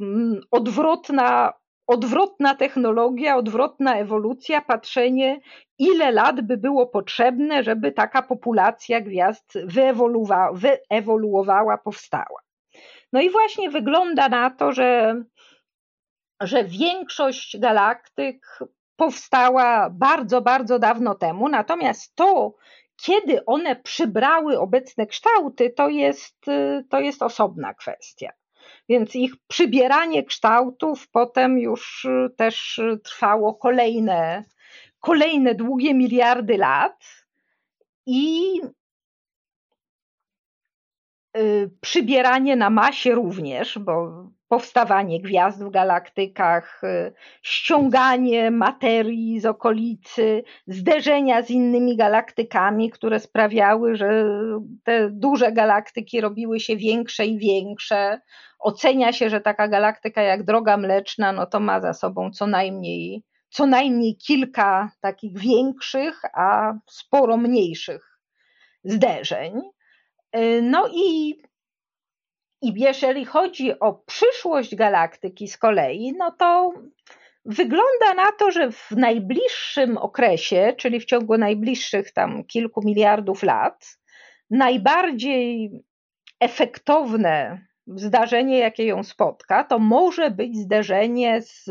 odwrotna technologia, odwrotna ewolucja, patrzenie, ile lat by było potrzebne, żeby taka populacja gwiazd wyewoluowała, powstała. No i właśnie wygląda na to, że większość galaktyk powstała bardzo, bardzo dawno temu, natomiast to, kiedy one przybrały obecne kształty, to jest osobna kwestia. Więc ich przybieranie kształtów potem już też trwało kolejne długie miliardy lat i przybieranie na masie również, bo powstawanie gwiazd w galaktykach, ściąganie materii z okolicy, zderzenia z innymi galaktykami, które sprawiały, że te duże galaktyki robiły się większe i większe. Ocenia się, że taka galaktyka jak Droga Mleczna, no to ma za sobą co najmniej kilka takich większych, a sporo mniejszych zderzeń. No i jeżeli chodzi o przyszłość galaktyki z kolei, no to wygląda na to, że w najbliższym okresie, czyli w ciągu najbliższych tam kilku miliardów lat, najbardziej efektowne zdarzenie, jakie ją spotka, to może być zderzenie z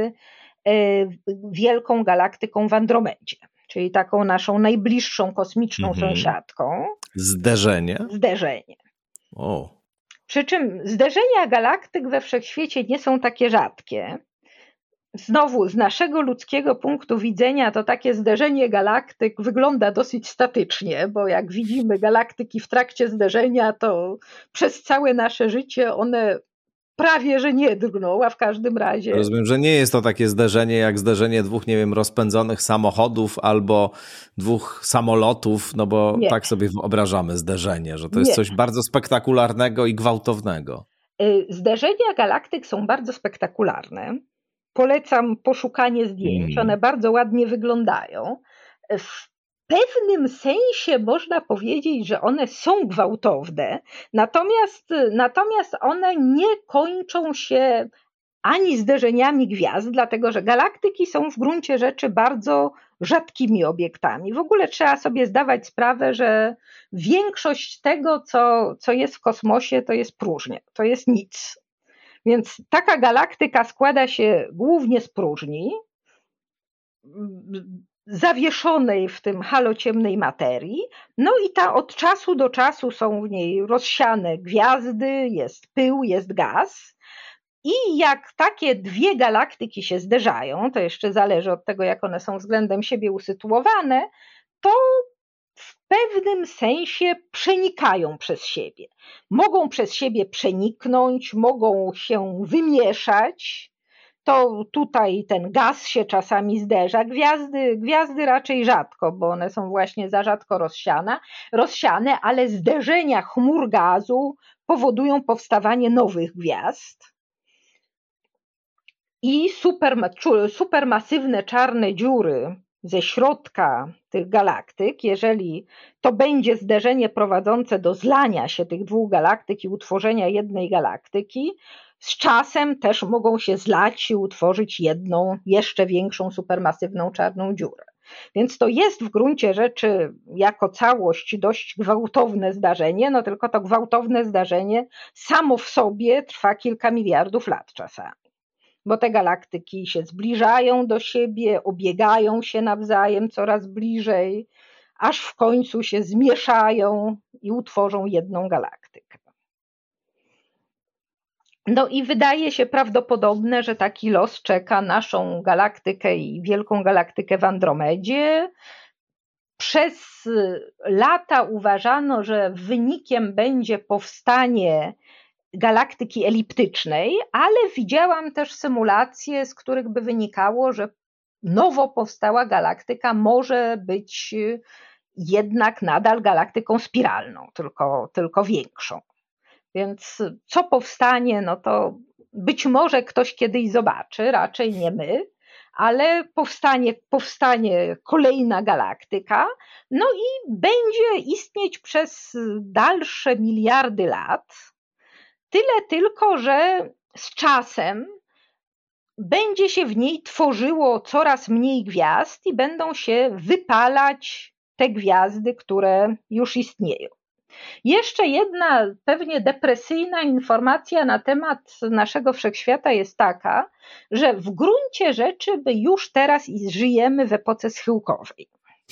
wielką galaktyką w Andromedzie, czyli taką naszą najbliższą kosmiczną sąsiadką. Zderzenie? Zderzenie. O. Przy czym zderzenia galaktyk we wszechświecie nie są takie rzadkie. Znowu z naszego ludzkiego punktu widzenia to takie zderzenie galaktyk wygląda dosyć statycznie, bo jak widzimy galaktyki w trakcie zderzenia, to przez całe nasze życie one prawie że nie drgną, a w każdym razie... Rozumiem, że nie jest to takie zderzenie jak zderzenie dwóch, nie wiem, rozpędzonych samochodów albo dwóch samolotów, no bo nie. Tak sobie wyobrażamy zderzenie, że to jest coś bardzo spektakularnego i gwałtownego. Zderzenia galaktyk są bardzo spektakularne. Polecam poszukanie zdjęć, one bardzo ładnie wyglądają. W pewnym sensie można powiedzieć, że one są gwałtowne, natomiast one nie kończą się ani zderzeniami gwiazd, dlatego że galaktyki są w gruncie rzeczy bardzo rzadkimi obiektami. W ogóle trzeba sobie zdawać sprawę, że większość tego, co jest w kosmosie, to jest próżnia, to jest nic. Więc taka galaktyka składa się głównie z próżni, zawieszonej w tym halo ciemnej materii, no i od czasu do czasu są w niej rozsiane gwiazdy, jest pył, jest gaz. I jak takie dwie galaktyki się zderzają, to jeszcze zależy od tego, jak one są względem siebie usytuowane, to w pewnym sensie przenikają przez siebie. Mogą przez siebie przeniknąć, mogą się wymieszać. To tutaj ten gaz się czasami zderza. Gwiazdy raczej rzadko, bo one są właśnie za rzadko rozsiane, ale zderzenia chmur gazu powodują powstawanie nowych gwiazd. I supermasywne czarne dziury ze środka tych galaktyk, jeżeli to będzie zderzenie prowadzące do zlania się tych dwóch galaktyk i utworzenia jednej galaktyki, z czasem też mogą się zlać i utworzyć jedną, jeszcze większą supermasywną czarną dziurę. Więc to jest w gruncie rzeczy jako całość dość gwałtowne zdarzenie, no tylko to gwałtowne zdarzenie samo w sobie trwa kilka miliardów lat czasami. Bo te galaktyki się zbliżają do siebie, obiegają się nawzajem coraz bliżej, aż w końcu się zmieszają i utworzą jedną galaktykę. No i wydaje się prawdopodobne, że taki los czeka naszą galaktykę i wielką galaktykę w Andromedzie. Przez lata uważano, że wynikiem będzie powstanie galaktyki eliptycznej, ale widziałam też symulacje, z których by wynikało, że nowo powstała galaktyka może być jednak nadal galaktyką spiralną, tylko większą. Więc co powstanie, no to być może ktoś kiedyś zobaczy, raczej nie my, ale powstanie kolejna galaktyka, no i będzie istnieć przez dalsze miliardy lat. Tyle tylko, że z czasem będzie się w niej tworzyło coraz mniej gwiazd i będą się wypalać te gwiazdy, które już istnieją. Jeszcze jedna pewnie depresyjna informacja na temat naszego wszechświata jest taka, że w gruncie rzeczy my już teraz żyjemy w epoce schyłkowej.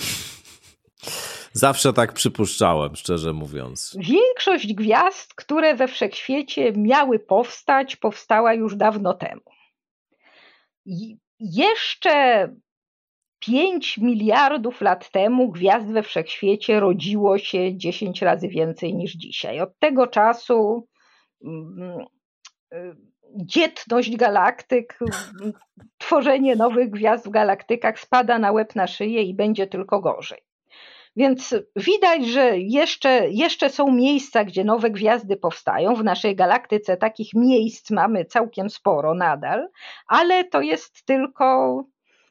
Zawsze tak przypuszczałem, szczerze mówiąc. Większość gwiazd, które we wszechświecie miały powstać, powstała już dawno temu. Jeszcze 5 miliardów lat temu gwiazd we wszechświecie rodziło się 10 razy więcej niż dzisiaj. Od tego czasu dzietność galaktyk, tworzenie nowych gwiazd w galaktykach spada na łeb na szyję i będzie tylko gorzej. Więc widać, że jeszcze są miejsca, gdzie nowe gwiazdy powstają. W naszej galaktyce takich miejsc mamy całkiem sporo nadal, ale to jest tylko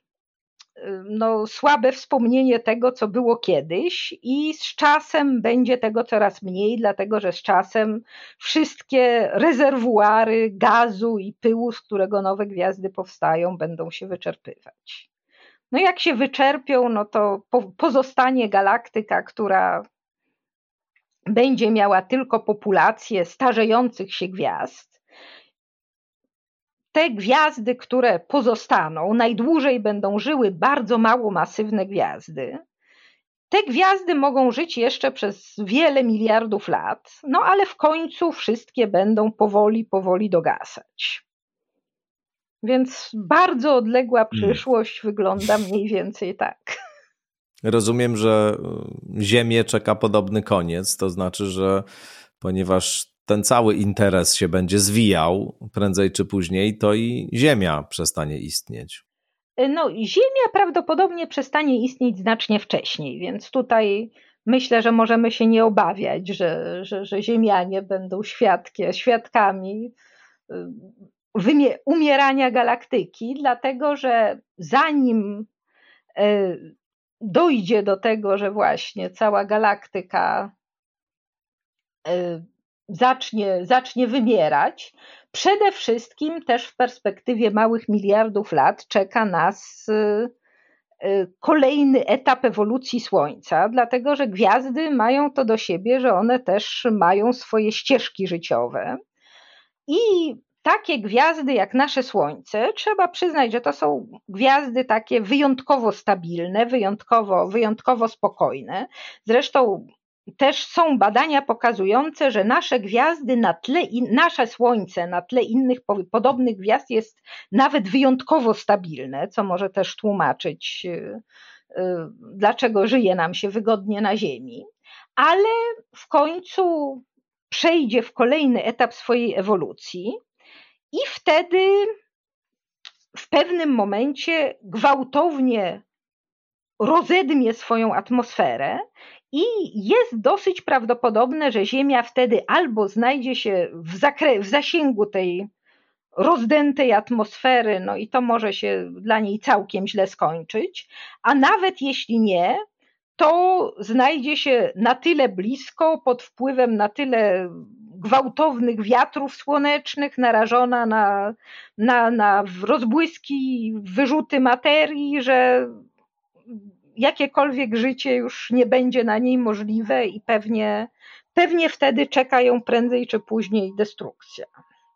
słabe wspomnienie tego, co było kiedyś i z czasem będzie tego coraz mniej, dlatego że z czasem wszystkie rezerwuary gazu i pyłu, z którego nowe gwiazdy powstają, będą się wyczerpywać. No jak się wyczerpią, no to pozostanie galaktyka, która będzie miała tylko populację starzejących się gwiazd. Te gwiazdy, które pozostaną, najdłużej będą żyły bardzo mało masywne gwiazdy. Te gwiazdy mogą żyć jeszcze przez wiele miliardów lat, no ale w końcu wszystkie będą powoli dogasać. Więc bardzo odległa przyszłość wygląda mniej więcej tak. Rozumiem, że Ziemię czeka podobny koniec, to znaczy, że ponieważ ten cały interes się będzie zwijał prędzej czy później, to i Ziemia przestanie istnieć. No, Ziemia prawdopodobnie przestanie istnieć znacznie wcześniej, więc tutaj myślę, że możemy się nie obawiać, że Ziemianie będą świadkami umierania galaktyki, dlatego że zanim dojdzie do tego, że właśnie cała galaktyka zacznie wymierać, przede wszystkim też w perspektywie małych miliardów lat czeka nas kolejny etap ewolucji Słońca, dlatego że gwiazdy mają to do siebie, że one też mają swoje ścieżki życiowe i takie gwiazdy jak nasze Słońce, trzeba przyznać, że to są gwiazdy takie wyjątkowo stabilne, wyjątkowo spokojne. Zresztą też są badania pokazujące, że nasze gwiazdy nasze Słońce na tle innych podobnych gwiazd jest nawet wyjątkowo stabilne, co może też tłumaczyć, dlaczego żyje nam się wygodnie na Ziemi, ale w końcu przejdzie w kolejny etap swojej ewolucji i wtedy w pewnym momencie gwałtownie rozedmie swoją atmosferę i jest dosyć prawdopodobne, że Ziemia wtedy albo znajdzie się w zasięgu tej rozdętej atmosfery, no i to może się dla niej całkiem źle skończyć, a nawet jeśli nie, to znajdzie się na tyle blisko, pod wpływem na tyle gwałtownych wiatrów słonecznych, narażona na rozbłyski, wyrzuty materii, że jakiekolwiek życie już nie będzie na niej możliwe i pewnie wtedy czeka ją prędzej czy później destrukcja.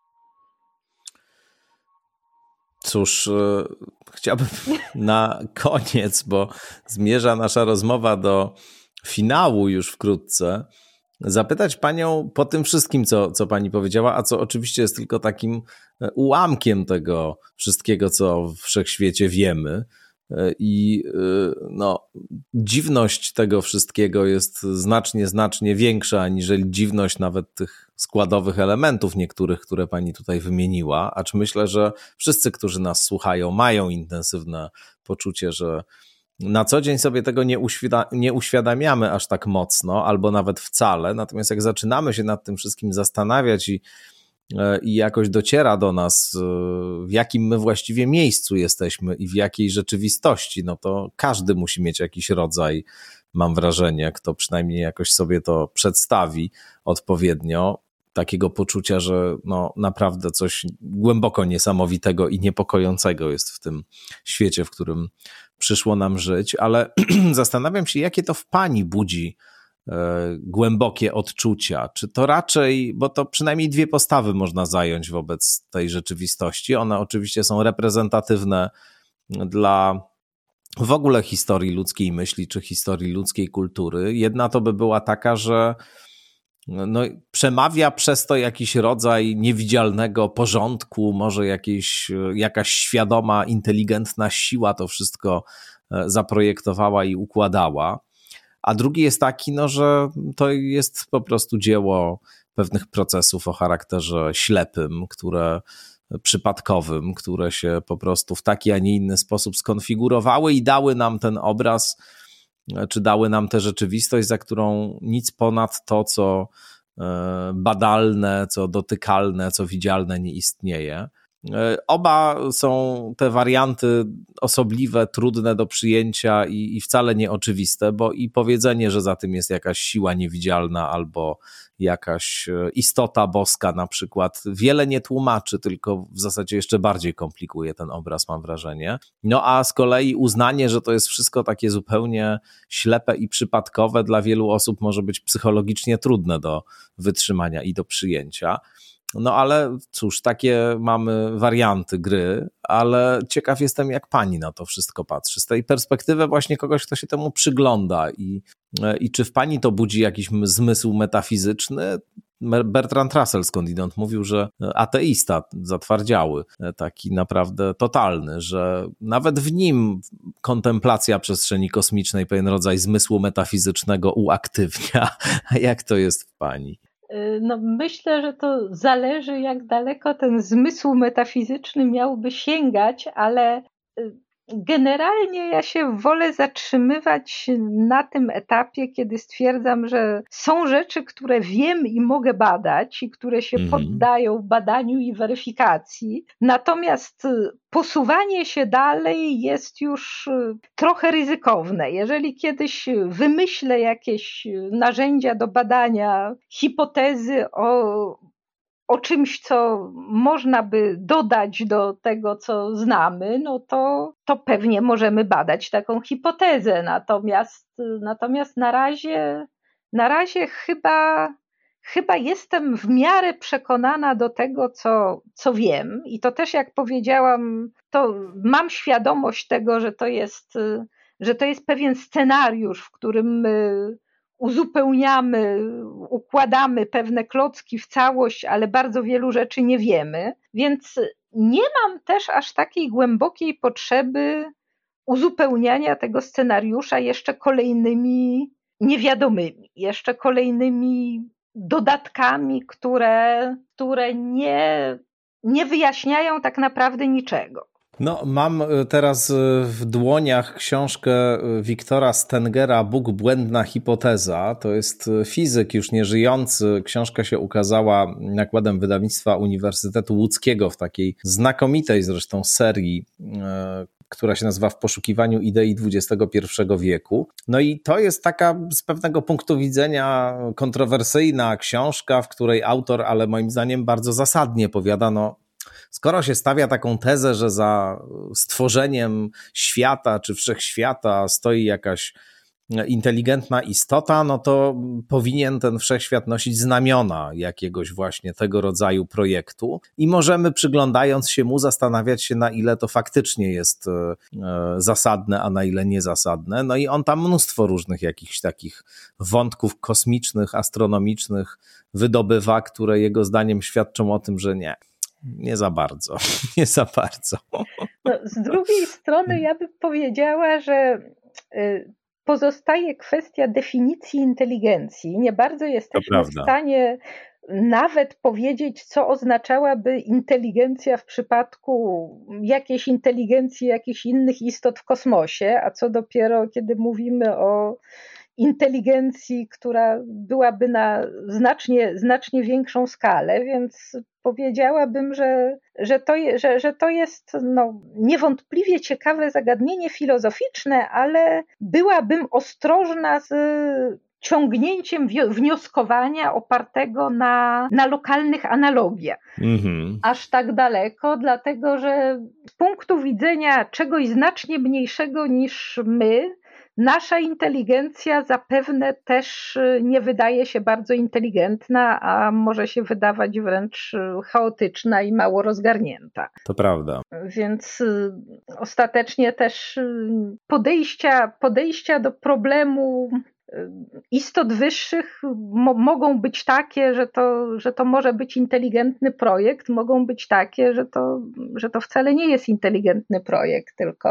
Cóż, chciałbym na koniec, bo zmierza nasza rozmowa do finału już wkrótce, zapytać panią po tym wszystkim, co pani powiedziała, a co oczywiście jest tylko takim ułamkiem tego wszystkiego, co w wszechświecie wiemy, i no, dziwność tego wszystkiego jest znacznie większa aniżeli dziwność nawet tych składowych elementów niektórych, które pani tutaj wymieniła, acz myślę, że wszyscy, którzy nas słuchają, mają intensywne poczucie, że na co dzień sobie tego nie uświadamiamy aż tak mocno, albo nawet wcale, natomiast jak zaczynamy się nad tym wszystkim zastanawiać i jakoś dociera do nas, w jakim my właściwie miejscu jesteśmy i w jakiej rzeczywistości, no to każdy musi mieć jakiś rodzaj, mam wrażenie, kto przynajmniej jakoś sobie to przedstawi odpowiednio, takiego poczucia, że no naprawdę coś głęboko niesamowitego i niepokojącego jest w tym świecie, w którym przyszło nam żyć, ale zastanawiam się, jakie to w pani budzi głębokie odczucia. Czy to raczej, bo to przynajmniej dwie postawy można zająć wobec tej rzeczywistości. One oczywiście są reprezentatywne dla w ogóle historii ludzkiej myśli, czy historii ludzkiej kultury. Jedna to by była taka, że no, przemawia przez to jakiś rodzaj niewidzialnego porządku, może jakaś świadoma, inteligentna siła to wszystko zaprojektowała i układała. A drugi jest taki, no, że to jest po prostu dzieło pewnych procesów o charakterze ślepym, przypadkowym, które się po prostu w taki, a nie inny sposób skonfigurowały i dały nam ten obraz, czy dały nam tę rzeczywistość, za którą nic ponad to, co badalne, co dotykalne, co widzialne nie istnieje. Oba są te warianty osobliwe, trudne do przyjęcia i wcale nieoczywiste, bo i powiedzenie, że za tym jest jakaś siła niewidzialna albo jakaś istota boska na przykład, wiele nie tłumaczy, tylko w zasadzie jeszcze bardziej komplikuje ten obraz, mam wrażenie. No a z kolei uznanie, że to jest wszystko takie zupełnie ślepe i przypadkowe, dla wielu osób może być psychologicznie trudne do wytrzymania i do przyjęcia. No ale cóż, takie mamy warianty gry, ale ciekaw jestem, jak pani na to wszystko patrzy. Z tej perspektywy właśnie kogoś, kto się temu przygląda i czy w pani to budzi jakiś zmysł metafizyczny? Bertrand Russell skądinąd mówił, że ateista zatwardziały, taki naprawdę totalny, że nawet w nim kontemplacja przestrzeni kosmicznej pewien rodzaj zmysłu metafizycznego uaktywnia. A jak to jest w pani? No myślę, że to zależy, jak daleko ten zmysł metafizyczny miałby sięgać, ale generalnie ja się wolę zatrzymywać na tym etapie, kiedy stwierdzam, że są rzeczy, które wiem i mogę badać i które się poddają badaniu i weryfikacji. Natomiast posuwanie się dalej jest już trochę ryzykowne. Jeżeli kiedyś wymyślę jakieś narzędzia do badania hipotezy o czymś, co można by dodać do tego, co znamy, no to pewnie możemy badać taką hipotezę. Natomiast na razie chyba jestem w miarę przekonana do tego, co wiem. I to też, jak powiedziałam, to mam świadomość tego, że to jest pewien scenariusz, w którym my uzupełniamy, układamy pewne klocki w całość, ale bardzo wielu rzeczy nie wiemy, więc nie mam też aż takiej głębokiej potrzeby uzupełniania tego scenariusza jeszcze kolejnymi niewiadomymi, jeszcze kolejnymi dodatkami, które nie wyjaśniają tak naprawdę niczego. No, mam teraz w dłoniach książkę Wiktora Stengera Bóg, błędna hipoteza. To jest fizyk już nieżyjący. Książka się ukazała nakładem wydawnictwa Uniwersytetu Łódzkiego w takiej znakomitej zresztą serii, która się nazywa W poszukiwaniu idei XXI wieku. No i to jest taka z pewnego punktu widzenia kontrowersyjna książka, w której autor, ale moim zdaniem bardzo zasadnie powiada, no skoro się stawia taką tezę, że za stworzeniem świata czy wszechświata stoi jakaś inteligentna istota, no to powinien ten wszechświat nosić znamiona jakiegoś właśnie tego rodzaju projektu i możemy, przyglądając się mu, zastanawiać się, na ile to faktycznie jest zasadne, a na ile niezasadne. No i on tam mnóstwo różnych jakichś takich wątków kosmicznych, astronomicznych wydobywa, które jego zdaniem świadczą o tym, że nie, nie za bardzo, nie za bardzo. No, z drugiej strony ja bym powiedziała, że pozostaje kwestia definicji inteligencji. Nie bardzo jesteśmy w stanie nawet powiedzieć, co oznaczałaby inteligencja w przypadku jakiejś inteligencji jakichś innych istot w kosmosie, a co dopiero, kiedy mówimy o inteligencji, która byłaby na znacznie większą skalę, więc powiedziałabym, że to jest niewątpliwie ciekawe zagadnienie filozoficzne, ale byłabym ostrożna z ciągnięciem wnioskowania opartego na lokalnych analogiach. Aż tak daleko, dlatego że z punktu widzenia czegoś znacznie mniejszego niż my, nasza inteligencja zapewne też nie wydaje się bardzo inteligentna, a może się wydawać wręcz chaotyczna i mało rozgarnięta. To prawda. Więc ostatecznie też podejścia do problemu istot wyższych mogą być takie, że to może być inteligentny projekt, mogą być takie, że to wcale nie jest inteligentny projekt,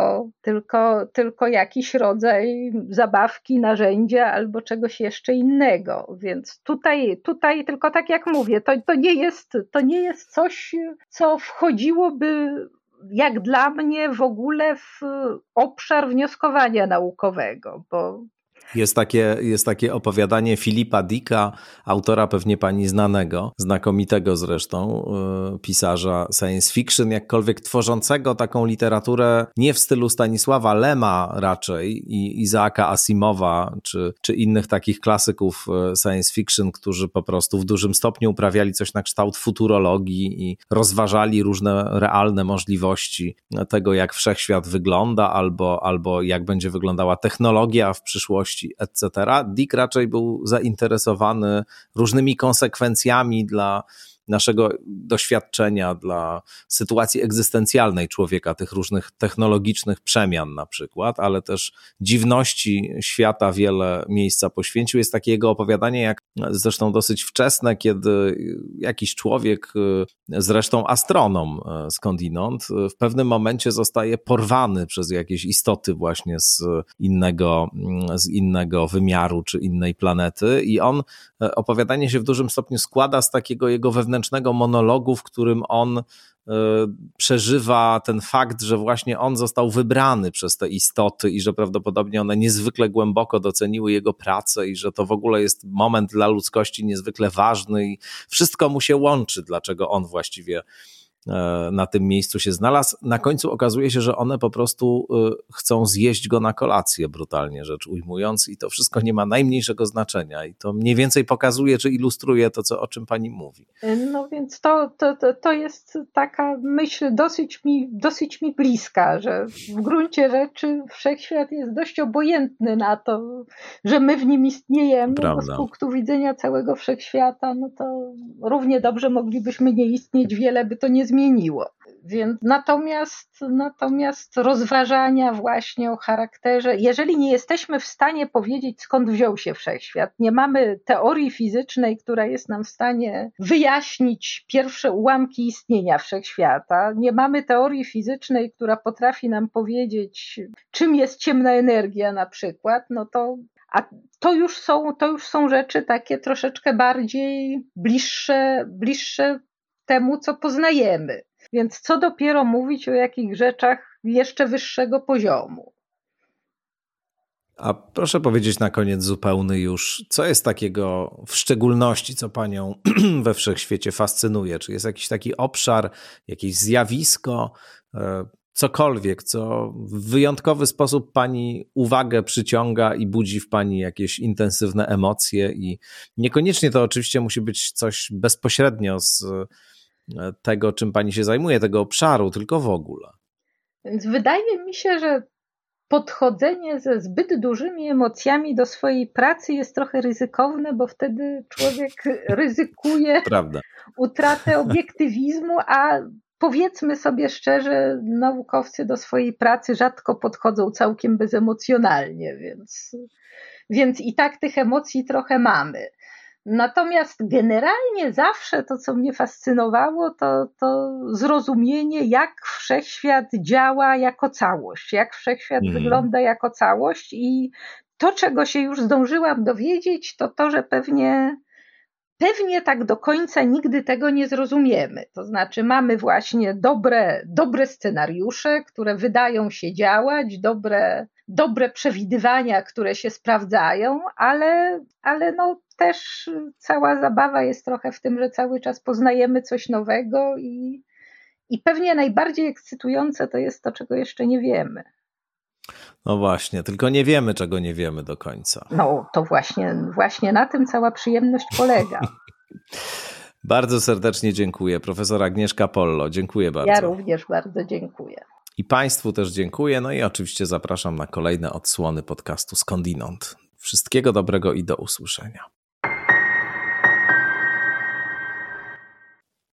tylko jakiś rodzaj zabawki, narzędzia albo czegoś jeszcze innego. Więc tutaj tylko tak jak mówię, to nie jest coś, co wchodziłoby jak dla mnie w ogóle w obszar wnioskowania naukowego, bo Jest takie opowiadanie Philippa Dicka, autora pewnie pani znanego, znakomitego zresztą pisarza science fiction, jakkolwiek tworzącego taką literaturę nie w stylu Stanisława Lema raczej i Isaaka Asimowa, czy innych takich klasyków science fiction, którzy po prostu w dużym stopniu uprawiali coś na kształt futurologii i rozważali różne realne możliwości tego, jak wszechświat wygląda albo jak będzie wyglądała technologia w przyszłości, etc. Dick raczej był zainteresowany różnymi konsekwencjami dla naszego doświadczenia, dla sytuacji egzystencjalnej człowieka, tych różnych technologicznych przemian na przykład, ale też dziwności świata wiele miejsca poświęcił. Jest takie jego opowiadanie, jak zresztą dosyć wczesne, kiedy jakiś człowiek, zresztą astronom skądinąd, w pewnym momencie zostaje porwany przez jakieś istoty właśnie z innego wymiaru czy innej planety i opowiadanie się w dużym stopniu składa z takiego jego wewnętrznego monologu, w którym on przeżywa ten fakt, że właśnie on został wybrany przez te istoty i że prawdopodobnie one niezwykle głęboko doceniły jego pracę i że to w ogóle jest moment dla ludzkości niezwykle ważny i wszystko mu się łączy, dlaczego on właściwie na tym miejscu się znalazł. Na końcu okazuje się, że one po prostu chcą zjeść go na kolację, brutalnie rzecz ujmując, i to wszystko nie ma najmniejszego znaczenia i to mniej więcej pokazuje, czy ilustruje to, o czym pani mówi. No więc to jest taka myśl dosyć mi bliska, że w gruncie rzeczy wszechświat jest dość obojętny na to, że my w nim istniejemy, bo z punktu widzenia całego wszechświata, no to równie dobrze moglibyśmy nie istnieć, wiele by to nie zmieniło. Więc natomiast rozważania właśnie o charakterze, jeżeli nie jesteśmy w stanie powiedzieć, skąd wziął się wszechświat, nie mamy teorii fizycznej, która jest nam w stanie wyjaśnić pierwsze ułamki istnienia wszechświata, nie mamy teorii fizycznej, która potrafi nam powiedzieć, czym jest ciemna energia na przykład, no to już są rzeczy takie troszeczkę bardziej bliższe temu, co poznajemy. Więc co dopiero mówić o jakichś rzeczach jeszcze wyższego poziomu. A proszę powiedzieć na koniec zupełny już, co jest takiego w szczególności, co panią we wszechświecie fascynuje? Czy jest jakiś taki obszar, jakieś zjawisko, cokolwiek, co w wyjątkowy sposób pani uwagę przyciąga i budzi w pani jakieś intensywne emocje i niekoniecznie to oczywiście musi być coś bezpośrednio z tego, czym pani się zajmuje, tego obszaru, tylko w ogóle. Więc wydaje mi się, że podchodzenie ze zbyt dużymi emocjami do swojej pracy jest trochę ryzykowne, bo wtedy człowiek ryzykuje utratę obiektywizmu, a powiedzmy sobie szczerze, naukowcy do swojej pracy rzadko podchodzą całkiem bezemocjonalnie, więc i tak tych emocji trochę mamy. Natomiast generalnie zawsze to, co mnie fascynowało, to zrozumienie, jak wszechświat działa jako całość, jak wszechświat wygląda jako całość i to, czego się już zdążyłam dowiedzieć, to, że pewnie tak do końca nigdy tego nie zrozumiemy. To znaczy mamy właśnie dobre scenariusze, które wydają się działać, dobre przewidywania, które się sprawdzają, ale no też cała zabawa jest trochę w tym, że cały czas poznajemy coś nowego i pewnie najbardziej ekscytujące to jest to, czego jeszcze nie wiemy. No właśnie, tylko nie wiemy, czego nie wiemy do końca. No to właśnie na tym cała przyjemność polega. Bardzo serdecznie dziękuję. Profesor Agnieszka Pollo, dziękuję bardzo. Ja również bardzo dziękuję. I Państwu też dziękuję. No i oczywiście zapraszam na kolejne odsłony podcastu Skądinąd. Wszystkiego dobrego i do usłyszenia.